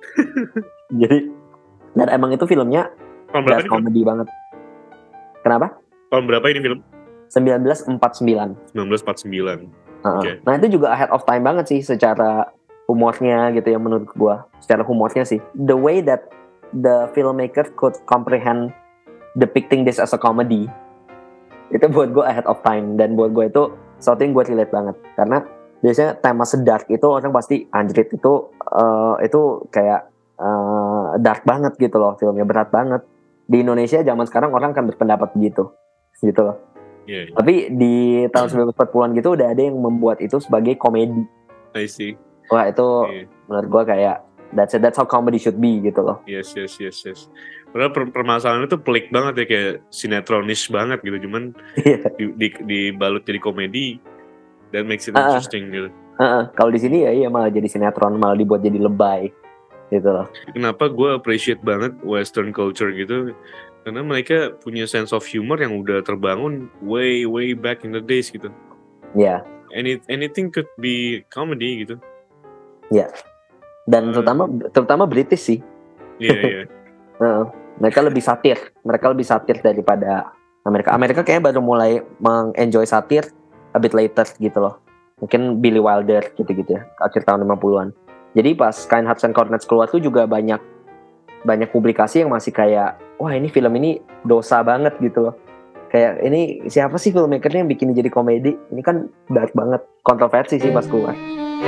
Jadi, dan emang itu filmnya Tahun berapa gas comedy banget. Kenapa? Tahun berapa ini film? sembilan belas empat puluh sembilan. sembilan belas empat puluh sembilan. Uh-uh. Okay. Nah itu juga ahead of time banget sih secara humornya gitu ya menurut gua. Secara humornya sih. The way that the filmmaker could comprehend depicting this as a comedy, itu buat gua ahead of time. Dan buat gua itu sesuatu yang gue relate banget, karena biasanya tema sedark itu orang pasti anjrit itu uh, itu kayak uh, dark banget gitu loh, filmnya berat banget. Di Indonesia zaman sekarang orang kan berpendapat begitu gitu loh. Yeah, yeah. Tapi di tahun sembilan belas empat puluhan gitu udah ada yang membuat itu sebagai komedi. I see. Wah itu Yeah. menurut gue kayak that's it, that's how comedy should be gitu loh. Yes yes yes yes. Padahal per- permasalahan itu pelik banget ya, kayak sinetronish banget gitu, cuman di, di, dibalut jadi komedi dan makes it Uh-uh. interesting gitu. Uh-uh. Kalau di sini ya iya malah jadi sinetron, malah dibuat jadi lebay gitu loh. Kenapa gue appreciate banget Western culture gitu? Karena mereka punya sense of humor yang udah terbangun way way back in the days gitu. Ya. Yeah. Any anything could be comedy gitu. Ya. Yeah. Dan uh, terutama terutama British sih. Iya yeah, iya. Yeah. uh, mereka lebih satir, mereka lebih satir daripada Amerika. Amerika kayaknya baru mulai mengenjoy satir a bit later gitu loh. Mungkin Billy Wilder gitu-gitu ya, akhir tahun lima puluhan. Jadi pas Kind Hearts and Cornets keluar tuh juga banyak banyak publikasi yang masih kayak, wah ini film ini dosa banget gitu loh. Kayak ini siapa sih filmmakernya yang bikin jadi komedi? Ini kan dark banget, kontroversi sih pas keluar.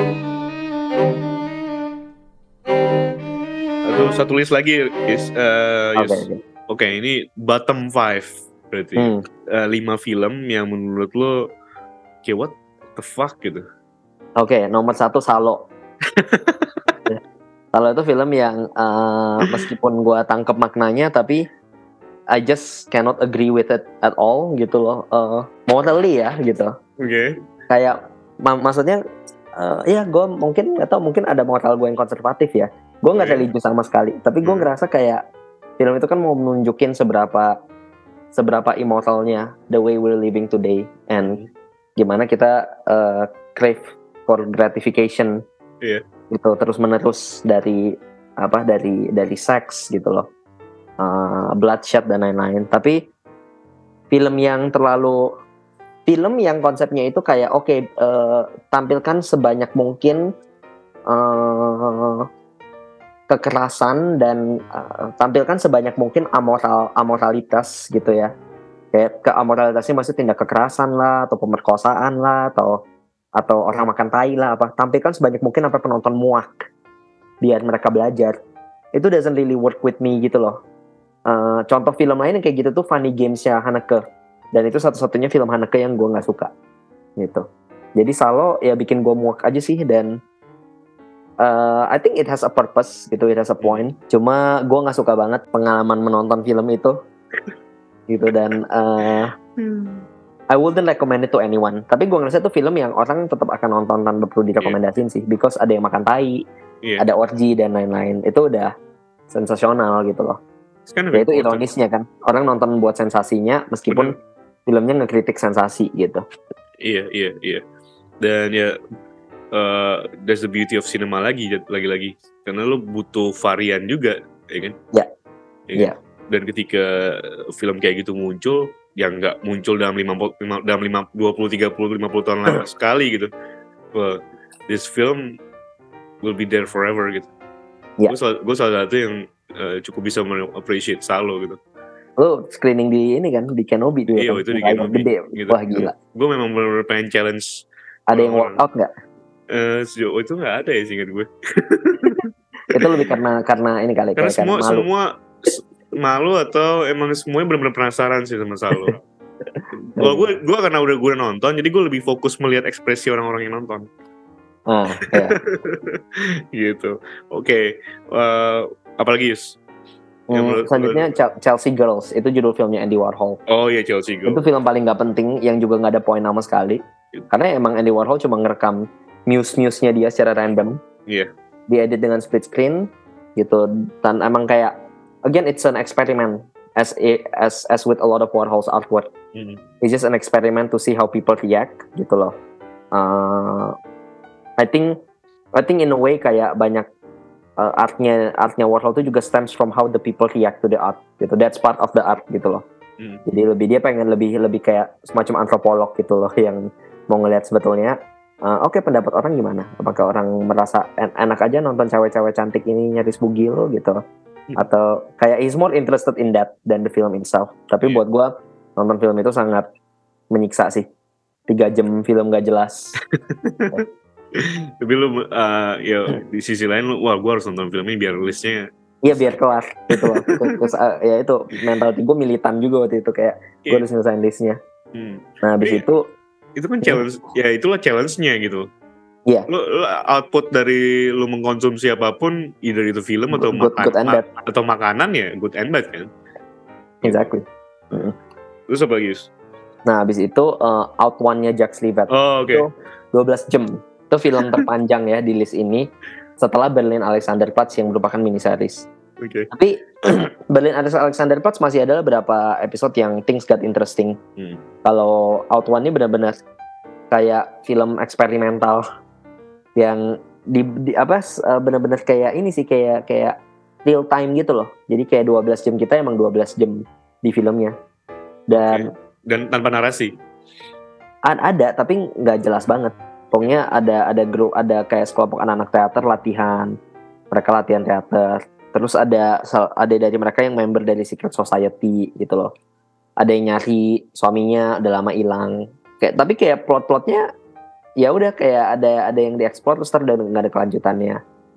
Aduh, satu list lagi is uh, Oke, yes. okay, okay. okay, ini bottom five berarti hmm. uh, lima film yang menurut lo kayak what the fuck gitu. Oke, okay, nomor satu Salo. Salo itu film yang uh, meskipun gue tangkep maknanya, tapi I just cannot agree with it at all gitu loh. Uh, morally ya gitu. Oke. Okay. Kayak mak- maksudnya uh, ya gue mungkin atau mungkin ada moral gue yang konservatif ya. Gue nggak okay. religius sama sekali, tapi gue hmm. ngerasa kayak film itu kan mau menunjukin seberapa seberapa immortalnya the way we're living today and gimana kita uh, crave for gratification yeah. gitu terus menerus dari apa dari dari seks gitu loh, uh, bloodshed dan lain-lain. Tapi film yang terlalu film yang konsepnya itu kayak oke okay, uh, tampilkan sebanyak mungkin uh, kekerasan dan uh, tampilkan sebanyak mungkin amoral amoralitas gitu ya, kayak keamoralitasnya maksudnya tindak kekerasan lah atau pemerkosaan lah atau atau orang makan tai lah apa, tampilkan sebanyak mungkin apa penonton muak biar mereka belajar. Itu doesn't really work with me gitu loh. Uh, contoh film lain yang kayak gitu tuh Funny Games-nya Haneke, dan itu satu-satunya film Haneke yang gue nggak suka gitu. Jadi Salo ya bikin gue muak aja sih, dan Uh, I think it has a purpose gitu, it has a point. Cuma gue nggak suka banget pengalaman menonton film itu, gitu, dan uh, I wouldn't recommend it to anyone. Tapi gue ngerasa itu film yang orang tetap akan nonton tanpa perlu direkomendasiin yeah. sih, because ada yang makan tai, yeah. ada orgy dan lain-lain. Itu udah sensasional gitu loh. Kind of ya itu ironisnya kan, orang nonton buat sensasinya, meskipun bener. Filmnya ngekritik sensasi gitu. Iya iya iya. Dan ya. Uh, that's the beauty of cinema lagi lagi-lagi karena lo butuh varian juga ya kan ya yeah. ya kan? Yeah. Dan ketika film kayak gitu muncul yang nggak muncul dalam lima dalam lima dua puluh tiga puluh lima puluh tahun lama sekali gitu, well, this film will be there forever gitu. Ya. Gue salah, gue salah satu yang uh, cukup bisa appreciate Salo gitu. Lo screening di ini kan di Kenobi tuh Iya ya kan? itu di Trailer Kenobi gede. gitu. Wah gila. Gue memang benar-benar pengen challenge. Ada yang orang- workout nggak? Eh, sejauh itu nggak ada ya seingat gue. Itu lebih karena karena ini kali Karena kayak semua karena malu. semua s- malu atau emang semuanya benar-benar penasaran sih sama Salo. Kalau gue gue karena udah gue nonton, jadi gue lebih fokus melihat ekspresi orang-orang yang nonton. Ah, ya. Gitu. Oke. eh, apalagi Yus? Yang Hmm, menurut- selanjutnya Chel- Chelsea Girls itu judul filmnya Andy Warhol. Oh iya Chelsea Girl. Itu film paling nggak penting yang juga nggak ada poin sama sekali. Karena emang Andy Warhol cuma ngerekam muse-muse-nya dia secara random. Iya. Diedit dengan split screen gitu. Dan emang kayak again it's an experiment as as as with a lot of Warhol's artwork. Hmm. It's just an experiment to see how people react gitu loh. Uh, I think I think in a way kayak banyak uh, artnya artnya Warhol itu juga stems from how the people react to the art gitu. That's part of the art gitu loh. Hmm. Jadi lebih dia pengen lebih lebih kayak semacam antropolog gitu loh yang mau ngelihat sebetulnya uh, oke okay, pendapat orang gimana? Apakah orang merasa en- enak aja nonton cewek-cewek cantik ini nyaris bugil gitu? Hmm. Atau kayak he's more interested in that than the film itself. Tapi Yeah. buat gua nonton film itu sangat menyiksa sih. Tiga jam film gak jelas. Tapi lu uh, ya di sisi lain lu wah gue harus nonton film ini biar listnya. Iya biar kelar gitu loh. Terus uh, ya itu mentality gue militan juga waktu itu kayak gue Iya. harus nyelesain listnya. Hmm. Nah habis Iya. itu Itu kan challenge. Ya itulah challenge-nya gitu. Iya. Lu, lu output dari lu mengkonsumsi apapun, either itu film atau Good- makan good and bad. ma- atau makanan ya good and bad kan. exactly. Terus apa lagi? Yus? Nah habis itu uh, Out One-nya Jacques Livette Oh oke. itu dua belas jam. Itu film terpanjang ya di list ini setelah Berlin Alexanderplatz yang merupakan mini series. Oke. Tapi Berlin Alexanderplatz masih ada beberapa episode yang things got interesting. Hmm. Kalau Out One ini benar-benar kayak film eksperimental yang di, di apa uh, benar-benar kayak ini sih kayak kayak real time gitu loh. Jadi kayak dua belas jam kita emang dua belas jam di filmnya. Dan Dan tanpa narasi. a- ada tapi nggak jelas banget. Pokoknya ada ada grup ada kayak sekelompok anak-anak teater latihan. Mereka latihan teater. Terus ada ada dari mereka yang member dari Secret Society gitu loh. Ada yang nyari suaminya udah lama hilang. Kayak tapi kayak plot-plotnya ya udah kayak ada ada yang dieksplor terus ntar udah nggak ada kelanjutannya.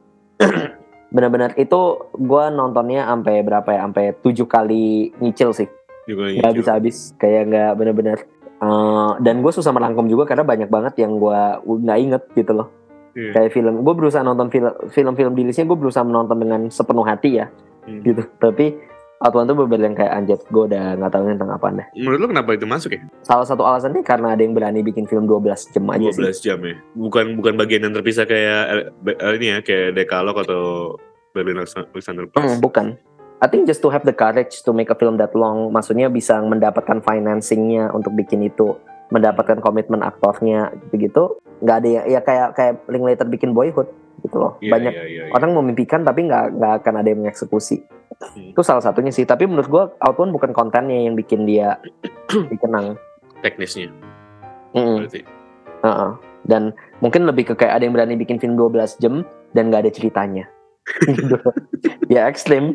Benar-benar itu gue nontonnya sampai berapa ya? Sampai tujuh kali nyicil sih. Juga Nggak habis-habis kayak nggak benar-benar. Uh, dan gue susah merangkum juga karena banyak banget yang gue nggak inget gitu loh. Iya. Kayak film, gue berusaha nonton film film-film di listnya gue berusaha menonton dengan sepenuh hati ya, Hmm. gitu. Tapi Out One tuh bener yang kayak anjir, gue udah nggak tahu tentang apa deh. Menurut lu kenapa itu masuk ya? Salah satu alasannya karena ada yang berani bikin film dua belas jam aja dua sih. belas jam ya. Bukan bukan bagian yang terpisah kayak eh, be- eh, ini ya kayak Dekalog atau Berlin Alexanderplatz. Hmm, bukan. I think just to have the courage to make a film that long, maksudnya bisa mendapatkan financingnya untuk bikin itu, mendapatkan komitmen aktornya gitu-gitu. Nggak ada ya, ya kayak kayak Linklater bikin Boyhood gitu loh. Iya, Banyak iya, iya, iya. orang memimpikan tapi nggak nggak akan ada yang mengeksekusi. Hmm. Itu salah satunya sih. Tapi menurut gue Out One bukan kontennya yang bikin dia dikenang. Teknisnya Mm-mm. berarti. Uh-uh. Dan mungkin lebih ke kayak ada yang berani bikin film dua belas jam dan nggak ada ceritanya. Gitu. Ya ekstrim.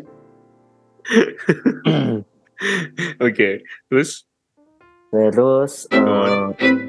Oke. Terus Terus uh,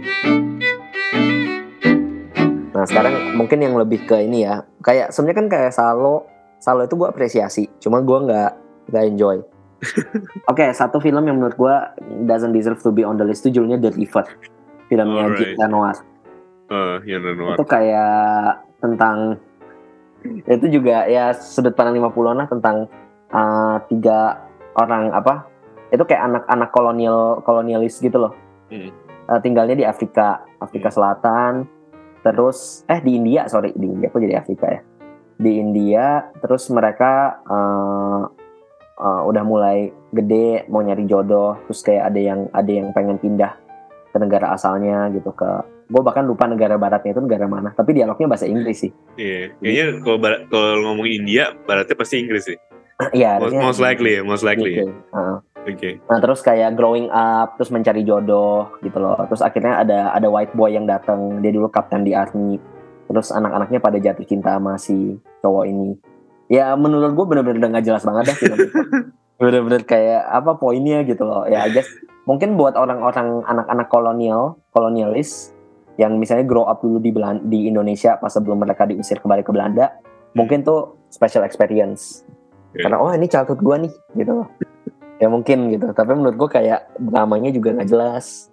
nah sekarang mungkin yang lebih ke ini ya, kayak sebenarnya kan kayak Salo Salo itu gue apresiasi, cuma gue nggak nggak enjoy. Oke, satu film yang menurut gue doesn't deserve to be on the list itu judulnya The River, filmnya Alright. Jean Renoir. eh yang Renoir. Itu kayak tentang itu juga ya sudut pandang lima puluhan lah tentang uh, tiga orang apa itu kayak anak-anak kolonial kolonialis gitu loh. Hmm. Uh, tinggalnya di Afrika Afrika Selatan, terus eh di India sorry di India kok jadi Afrika ya, di India. Terus mereka uh, uh, udah mulai gede mau nyari jodoh, terus kayak ada yang ada yang pengen pindah ke negara asalnya gitu, ke gue bahkan lupa negara baratnya itu negara mana, tapi dialognya bahasa Inggris sih. Iya, kayaknya kalau barat, kalau ngomong India, baratnya pasti Inggris sih. Iya, Most, harusnya most likely ya, most likely ya. gitu. Uh, Oke. Nah terus kayak growing up, terus mencari jodoh gitu loh. Terus akhirnya ada ada white boy yang datang, dia dulu kapten di army. terus anak-anaknya pada jatuh cinta sama si cowok ini. Ya menurut gue bener-bener udah gak jelas banget dah film itu. Bener-bener kayak apa poinnya gitu loh. Ya I guess mungkin buat orang-orang anak-anak kolonial, kolonialis yang misalnya grow up dulu di Belan- di Indonesia pas sebelum mereka diusir kembali ke Belanda, mungkin tuh special experience. Yeah. Karena oh ini childhood gue nih gitu loh. Ya mungkin gitu. Tapi menurut gue kayak dramanya juga nggak jelas.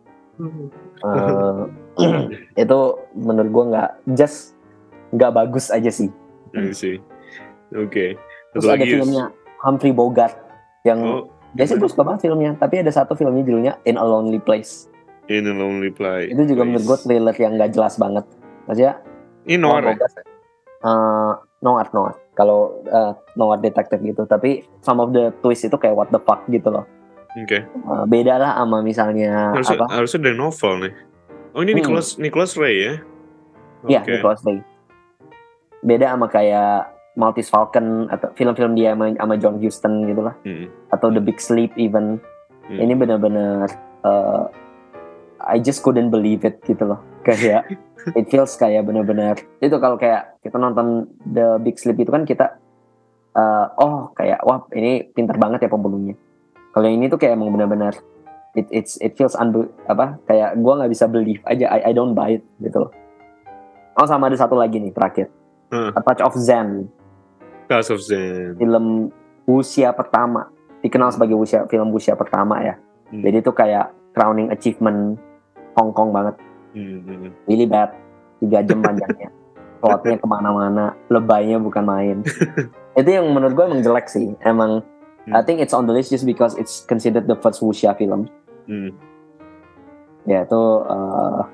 Uh, itu menurut gue nggak just nggak bagus aja sih. I see. Oke. Okay. Terus ada filmnya Humphrey Bogart yang oh, biasanya gue suka banget filmnya. Tapi ada satu filmnya judulnya In a Lonely Place. In a Lonely Place. Itu juga menurut gue thriller yang nggak jelas banget. Maksudnya ini noir ya? Uh, noir noir. Kalau uh, noir detektif gitu. Tapi some of the twist itu kayak what the fuck gitu loh. Oke. Okay. Uh, beda lah sama misalnya harusnya, apa? Harusnya dari novel nih. Oh ini Nicholas hmm. Nicholas Ray ya? Iya okay. Nicholas Ray. Beda sama kayak Maltese Falcon atau film-film dia sama, sama John Huston gitu lah. Hmm. Atau The Big Sleep even. Hmm. Ini benar-benar uh, I just couldn't believe it gitu loh. Kayak it feels kayak benar-benar itu kalau kayak kita nonton The Big Sleep itu kan kita uh, oh kayak wah ini pintar banget ya pembunuhnya. Kalau ini tuh kayak emang benar-benar it it's it feels unbe- apa kayak gue nggak bisa believe aja I I don't buy it gitu loh. Oh sama ada satu lagi nih terakhir. Hmm. A Touch of Zen. Touch of Zen. Film usia pertama dikenal sebagai usia film usia pertama ya. Hmm. Jadi itu kayak crowning achievement Hong Kong banget. Hmm. Really bad. tiga jam panjangnya. Plotnya kemana-mana. Lebaynya bukan main. Itu yang menurut gue emang jelek sih. Emang hmm. I think it's on the list just because it's considered the first wuxia film. Hmm. Ya itu uh,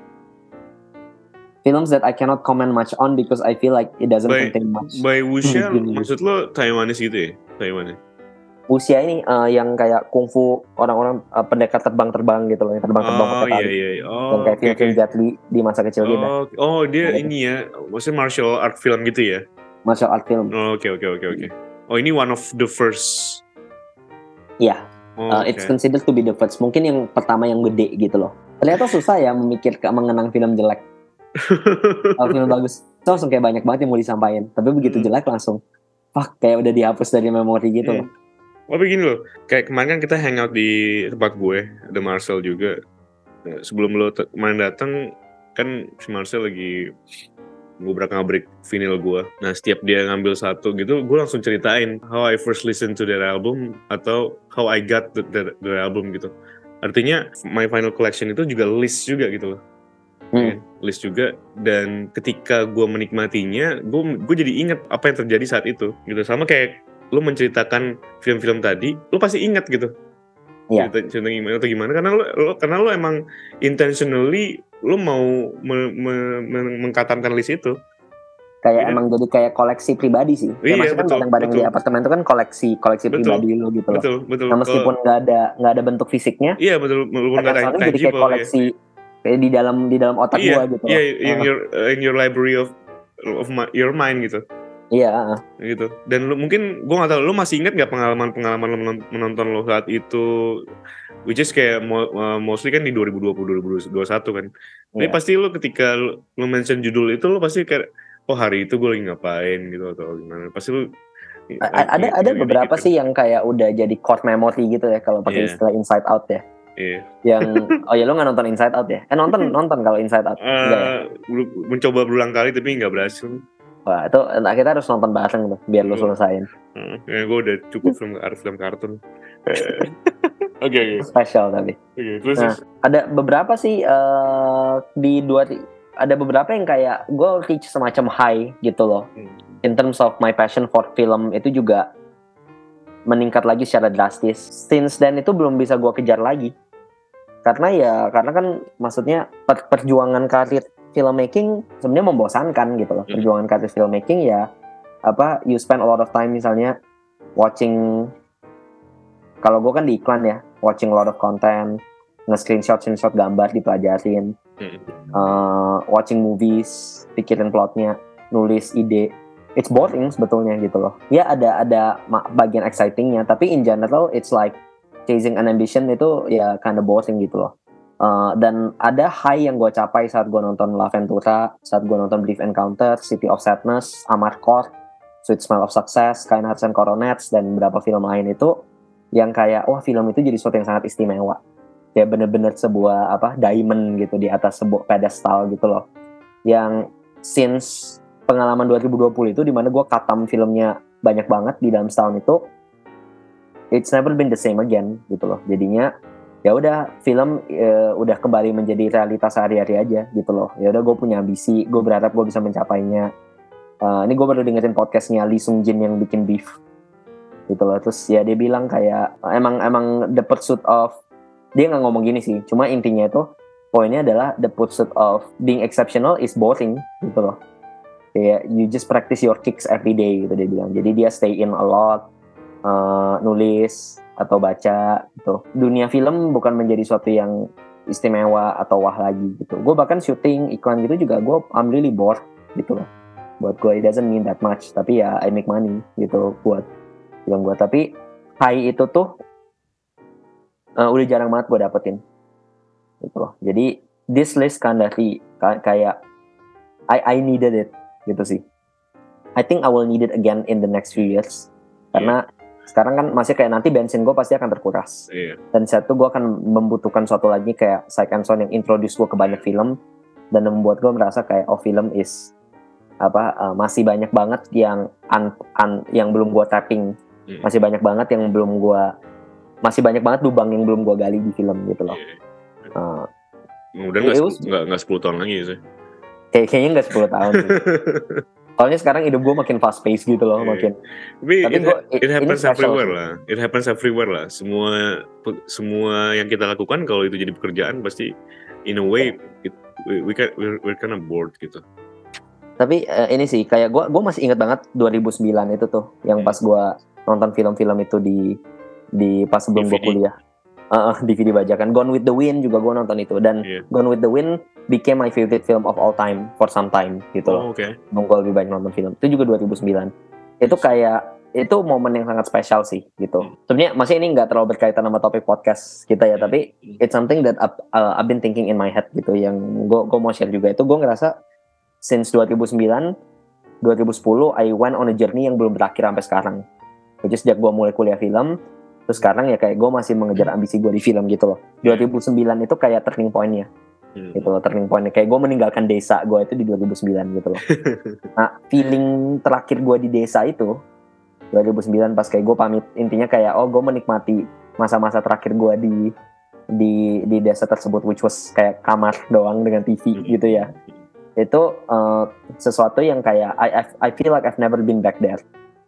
films that I cannot comment much on because I feel like it doesn't by, contain much. By wuxia maksud lo Taiwanese gitu ya? Taiwanese. Wuxia ini uh, yang kayak kungfu orang-orang uh, pendekar terbang-terbang gitu loh, yang terbang-terbang oh, pakai tali. Iya, iya. Oh, yang kayak okay, film-film okay. Jet Li di masa kecil oh, kita. Oh, dia gitu. Ini ya, maksudnya martial art film gitu ya? Martial art film. Oh, oke, oke, oke, oke. Oh, ini one of the first. Iya. Oh, uh, okay. It's considered to be the first. Mungkin yang pertama yang gede gitu loh. Ternyata susah ya memikirkan mengenang film jelek. Kalau film bagus, itu langsung kayak banyak banget yang mau disampaikan. Tapi begitu jelek langsung, fuck, kayak udah dihapus dari memori gitu hmm. loh. Tapi gini loh, kayak kemarin kan kita hangout di tempat gue, ada Marcel juga. Sebelum lo t- kemarin datang, kan si Marcel lagi ngobrak-ngabrik vinyl gue. Nah setiap dia ngambil satu gitu, gue langsung ceritain how I first listened to that album atau how I got the, the, the album gitu. Artinya my final collection itu juga list juga gitu loh. Hmm. Ya, list juga, dan ketika gue menikmatinya, gue gue jadi ingat apa yang terjadi saat itu gitu. Sama kayak lu menceritakan film-film tadi, lu pasti ingat gitu. Iya. Cerita, cerita gimana atau gimana karena lu, lu karena lu emang intentionally lu mau me, me, me, mengkatamkan list itu. Kayak ya. Emang jadi kayak koleksi pribadi sih. Kayak iya, maksudnya kan barang-barang di apartemen itu kan koleksi koleksi betul, pribadi lu gitu loh. Betul, betul. Nah, meskipun nggak ada nggak ada bentuk fisiknya. Iya betul, walaupun nggak ada tangible. Jadi kayak koleksi ya. Kayak di dalam di dalam otak iya, gua gitu. Iya, loh. in uh. your uh, in your library of of my, your mind gitu. Iya. Gitu. Dan lu mungkin gue nggak tahu, lu masih ingat nggak pengalaman-pengalaman lu menonton lo saat itu, which is kayak mostly kan di dua ribu dua puluh dua ribu dua puluh satu kan. Jadi yeah. pasti lu ketika lu, lu mention judul itu lu pasti kayak oh hari itu gue lagi ngapain gitu atau gimana. Pasti lu A- ada ada ada beberapa dikit, sih kan? Yang kayak udah jadi core memory gitu ya kalau pakai yeah. istilah inside out ya. Iya. Yang oh ya lu nggak nonton Inside Out ya? Eh nonton nonton kalau Inside Out. Uh, ya? Mencoba berulang kali tapi nggak berhasil. Wah itu nah kita harus nonton bareng tuh biar lu selesaiin. Uh, ya gue udah cukup film film kartun. Oke okay, okay. Spesial tapi. Okay, terus, nah, ada beberapa sih uh, di dua ada beberapa yang kayak gue reach semacam high gitu loh. Hmm. In terms of my passion for film itu juga meningkat lagi secara drastis. Since then itu belum bisa gue kejar lagi. Karena ya karena kan maksudnya per- perjuangan karir filmmaking sebenarnya membosankan gitu loh. Hmm. Perjuangan karir filmmaking ya apa you spend a lot of time misalnya watching, kalau gue kan di iklan ya, watching a lot of content, nge-screenshot screenshot gambar dipelajarin, hmm. uh, watching movies, pikirin plotnya, nulis ide. It's boring sebetulnya gitu loh. Ya ada ada bagian excitingnya, tapi in general it's like chasing an ambition itu ya kind of boring gitu loh. Uh, dan ada high yang gue capai saat gue nonton La Ventura, saat gue nonton Brief Encounter, City of Sadness, Amarcord, Sweet Smell of Success, Kind Hearts and Coronets, dan beberapa film lain itu yang kayak wah film itu jadi sesuatu yang sangat istimewa, kayak bener-bener sebuah apa diamond gitu di atas sebuah pedestal gitu loh. Yang since pengalaman dua ribu dua puluh itu dimana gue katam filmnya banyak banget di dalam setahun itu, it's never been the same again gitu loh. Jadinya ya udah film e, udah kembali menjadi realitas sehari-hari aja gitu loh. Ya udah gue punya ambisi, gue berharap gue bisa mencapainya. Uh, ini gue baru dengerin podcastnya Lee Sung Jin yang bikin Beef gitu loh. Terus ya dia bilang kayak emang emang the pursuit of, dia nggak ngomong gini sih, cuma intinya itu poinnya adalah the pursuit of being exceptional is boring gitu loh. Kayak you just practice your kicks every day gitu dia bilang. Jadi dia stay in a lot, uh, nulis atau baca gitu. Dunia film bukan menjadi suatu yang istimewa atau wah lagi gitu. Gue bahkan syuting iklan gitu juga gue I'm really bored gitu loh. Buat gue it doesn't mean that much, tapi ya I make money gitu buat film gue. Tapi high itu tuh uh, udah jarang banget gue dapetin gitu loh. Jadi this list kind of kayak I I needed it gitu sih. I think I will need it again in the next few years karena yeah. Sekarang kan masih kayak nanti bensin gue pasti akan terkuras. Yeah. Dan saat itu gue akan membutuhkan suatu lagi kayak Sight and Sound yang introduce gue ke banyak film dan membuat gue merasa kayak oh film is apa uh, masih banyak banget yang un, un, yang belum gue tapping, yeah. Masih banyak banget yang belum gue masih banyak banget lubang yang belum gue gali di film gitu loh. Yeah. Uh, Udah nggak nggak nggak sepuluh tahun lagi sih. Kayak kayaknya nggak sepuluh tahun. Soalnya sekarang hidup gue makin fast pace gitu loh, yeah. Makin. Tapi, Tapi it, gua, it, it happens everywhere lah. It happens everywhere lah. Semua semua yang kita lakukan kalau itu jadi pekerjaan pasti in a way it, we we can we're, we're kind of bored gitu. Tapi uh, ini sih kayak gue gue masih ingat banget dua ribu sembilan itu tuh yang hmm. pas gue nonton film-film itu di di pas sebelum gue kuliah. Uh, D V D bajakan. Gone with the Wind juga gue nonton itu dan yeah. Gone with the Wind became my favorite film of all time for some time gitu loh. Oh, oke. Okay. Gue lebih banyak nonton film. Itu juga dua ribu sembilan. Itu kayak itu momen yang sangat spesial sih gitu. Sebenarnya masih ini nggak terlalu berkaitan sama topik podcast kita ya, tapi it's something that I've, uh, I've been thinking in my head gitu yang gue gue mau share juga. Itu gue ngerasa since dua ribu sembilan, dua ribu sepuluh I went on a journey yang belum berakhir sampai sekarang. Which is sejak gue mulai kuliah film, terus sekarang ya kayak gue masih mengejar ambisi gue di film gitu loh. dua ribu sembilan itu kayak turning point-nya. Hmm. Gitu loh, turning point-nya. Kayak gue meninggalkan desa gue itu di dua ribu sembilan gitu loh. Nah, feeling terakhir gue di desa itu dua ribu sembilan pas kayak gue pamit, intinya kayak oh gue menikmati masa-masa terakhir gue di di di desa tersebut, which was kayak kamar doang dengan T V hmm. gitu ya. Itu uh, sesuatu yang kayak I I feel like I've never been back there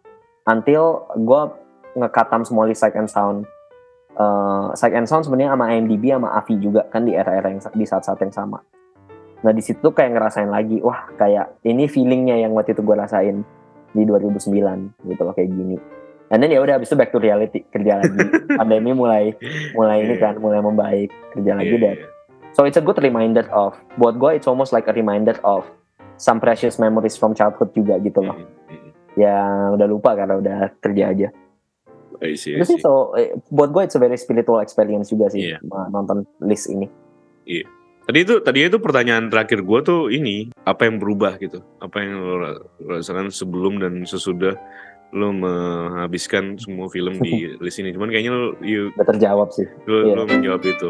until gue ngekatam semua list Sight and Sound. Uh, Sight and Sound sebenarnya sama I M D B sama A V I juga kan di era-era yang di saat-saat yang sama. Nah di situ kayak ngerasain lagi, wah kayak ini feelingnya yang waktu itu gue rasain di dua ribu sembilan gitu loh kayak gini. And then ya udah habis itu back to reality, kerja lagi. Pandemi mulai mulai ini kan mulai membaik, kerja lagi dan so it's a good reminder of, buat gue it's almost like a reminder of some precious memories from childhood juga gitu loh. Yang udah lupa karena udah kerja aja. I see, I see. Itu sih so eh, buat gue it's a very spiritual experience juga sih, yeah. Nonton list ini. Iya. Yeah. Tadi itu tadi itu pertanyaan terakhir gue tuh ini apa yang berubah gitu, apa yang lo rasakan sebelum dan sesudah lo menghabiskan semua film di list ini. Cuman kayaknya lo you, udah terjawab sih. Lo, yeah. lo menjawab itu.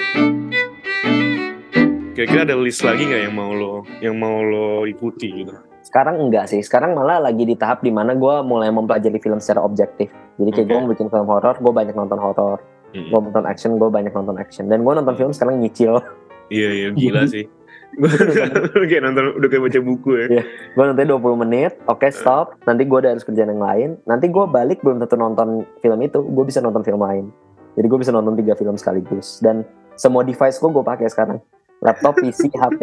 Kira-kira ada list lagi nggak yang mau lo yang mau lo ikuti gitu? Sekarang enggak sih, sekarang malah lagi di tahap dimana gue mulai mempelajari film secara objektif. Jadi kayak okay. gue mau bikin film horor, gue banyak nonton horor. Mm-hmm. Gue nonton action, gue banyak nonton action. Dan gue nonton film sekarang nyicil. Iya, iya gila sih. Gue kayak nonton, udah kayak baca buku ya. Iya. Gue nonton dua puluh menit, oke okay, stop. Nanti gue udah harus kerjaan yang lain. Nanti gue balik belum tentu nonton film itu, gue bisa nonton film lain. Jadi gue bisa nonton tiga film sekaligus. Dan semua device gue gue pakai sekarang. Laptop, P C, H P.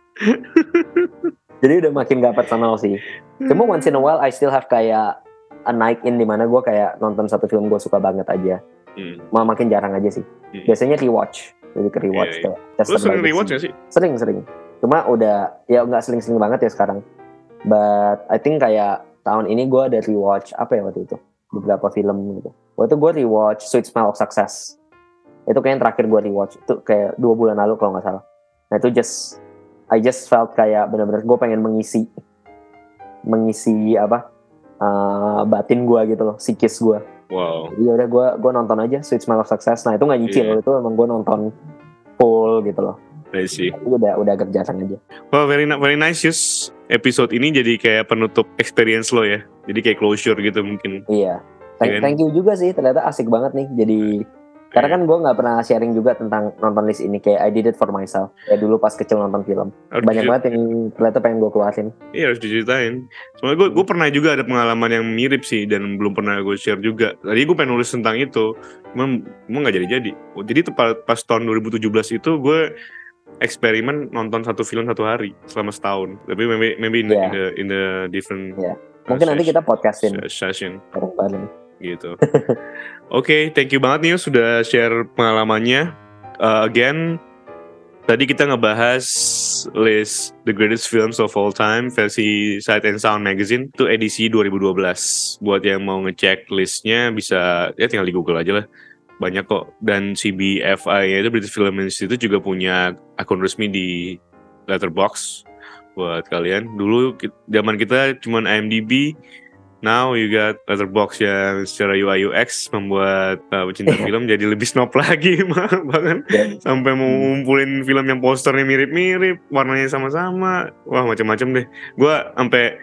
Jadi udah makin gak personal sih. Cuma once in a while I still have kayak a night in dimana gue kayak nonton satu film gue suka banget aja. Hmm. Malah makin jarang aja sih. Hmm. Biasanya rewatch. Jadi ke rewatch yeah, yeah. Lu sering rewatch gak sih? Sering, sering. Cuma udah ya gak sering-sering banget ya sekarang. But I think kayak tahun ini gue ada rewatch apa ya waktu itu? Beberapa film gitu. Waktu itu gue rewatch Sweet Smell of Success. Itu kayak yang terakhir gue rewatch itu kayak dua bulan lalu kalau nggak salah. Nah itu just I just felt kayak benar-benar gue pengen mengisi mengisi apa uh, batin gue gitu loh, psikis gue. Wow. Jadi udah gue gue nonton aja Sweet Smell of Success. Nah itu nggak nyicil, Yeah. itu emang gue nonton full gitu loh. I see. Jadi udah udah agak jarang aja. Well, very ni- very nice Yus. Episode ini jadi kayak penutup experience lo ya. Jadi kayak closure gitu mungkin. Iya. Thank, Iya kan? thank you juga sih, ternyata asik banget nih. Jadi karena kan gue nggak pernah sharing juga tentang nonton list ini, kayak I did it for myself. Kayak dulu pas kecil nonton film, Harus banyak dicer- banget yang ternyata pengen gue keluarin. Iya harus diceritain. Soalnya gue gue pernah juga ada pengalaman yang mirip sih dan belum pernah gue share juga. Tadi gue pengen nulis tentang itu, cuma cuma nggak jadi-jadi. Oh, jadi tepat pas tahun dua ribu tujuh belas itu gue eksperimen nonton satu film satu hari selama setahun. Tapi maybe maybe in, the, Yeah. in the in the different Yeah. Mungkin nanti kita podcastin se- session bareng-bareng. gitu. Oke, thank you banget nih Yus, sudah share pengalamannya. Uh, again, tadi kita ngebahas list The Greatest Films of All Time versi Sight and Sound Magazine. Itu edisi dua ribu dua belas. Buat yang mau ngecek listnya bisa, ya tinggal di Google aja lah. Banyak kok. Dan C B F I, yaitu British Film Institute, juga punya akun resmi di Letterboxd buat kalian. Dulu ki- zaman kita cuman I M D B. Now you got Letterboxd yang secara U I U X membuat uh, pecinta film jadi lebih snob lagi, bahkan Yeah. sampai mau ngumpulin film yang posternya mirip-mirip, warnanya sama-sama, wah macam-macam deh. Gue sampai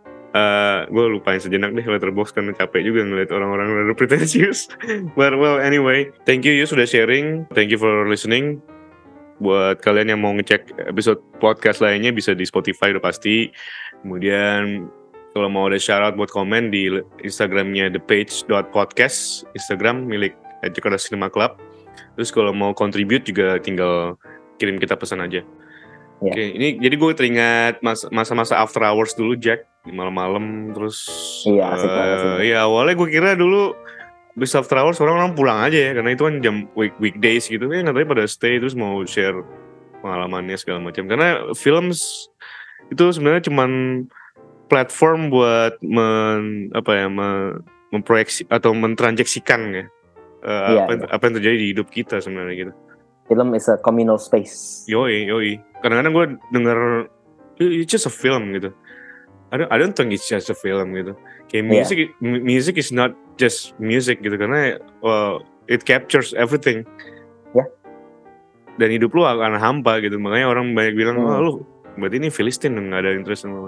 uh, gue lupain sejenak deh Letterboxd karena capek juga ngeliat orang-orang rada pretentious. But well anyway, thank you Yus sudah sharing, thank you for listening. Buat kalian yang mau ngecek episode podcast lainnya bisa di Spotify udah pasti. Kemudian kalau mau ada shout out buat komen di Instagramnya thepage.podcast, Instagram milik Jakarta Cinema Club. Terus kalau mau contribute juga tinggal kirim kita pesan aja. Ya. Oke, ini jadi gue teringat mas- masa-masa after hours dulu Jack, di malam-malam terus. Iya, asik banget sih. eh, Iya awalnya gue kira dulu bis after hours orang-orang pulang aja ya, karena itu kan jam week weekdays gitu ya, katanya pada stay terus mau share pengalamannya segala macam. Karena films itu sebenarnya cuman platform buat men, apa ya me, memproyeksi atau mentransaksikan ya uh, Iya, apa, iya. apa yang terjadi di hidup kita sebenarnya gitu. Film is a communal space. Yoi yoi. Kadang-kadang gue denger it's just a film gitu. I don't, I don't think it's just a film gitu. Kayak Iya. music m- music is not just music gitu karena well, it captures everything. Ya. Dan hidup lu akan hampa gitu. Makanya orang banyak bilang, Hmm. oh lu berarti ini Filistin nggak ada interest sama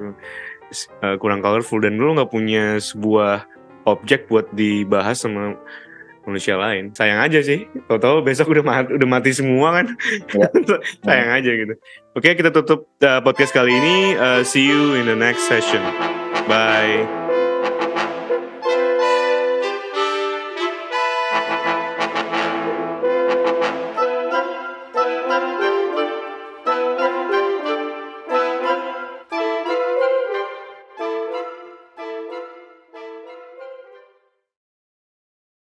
uh, kurang colorful dan lu nggak punya sebuah objek buat dibahas sama manusia lain. Sayang aja sih. Tahu-tahu besok udah mati, udah mati semua kan. Ya. Sayang aja gitu. Oke, kita tutup uh, podcast kali ini. Uh, see you in the next session. Bye.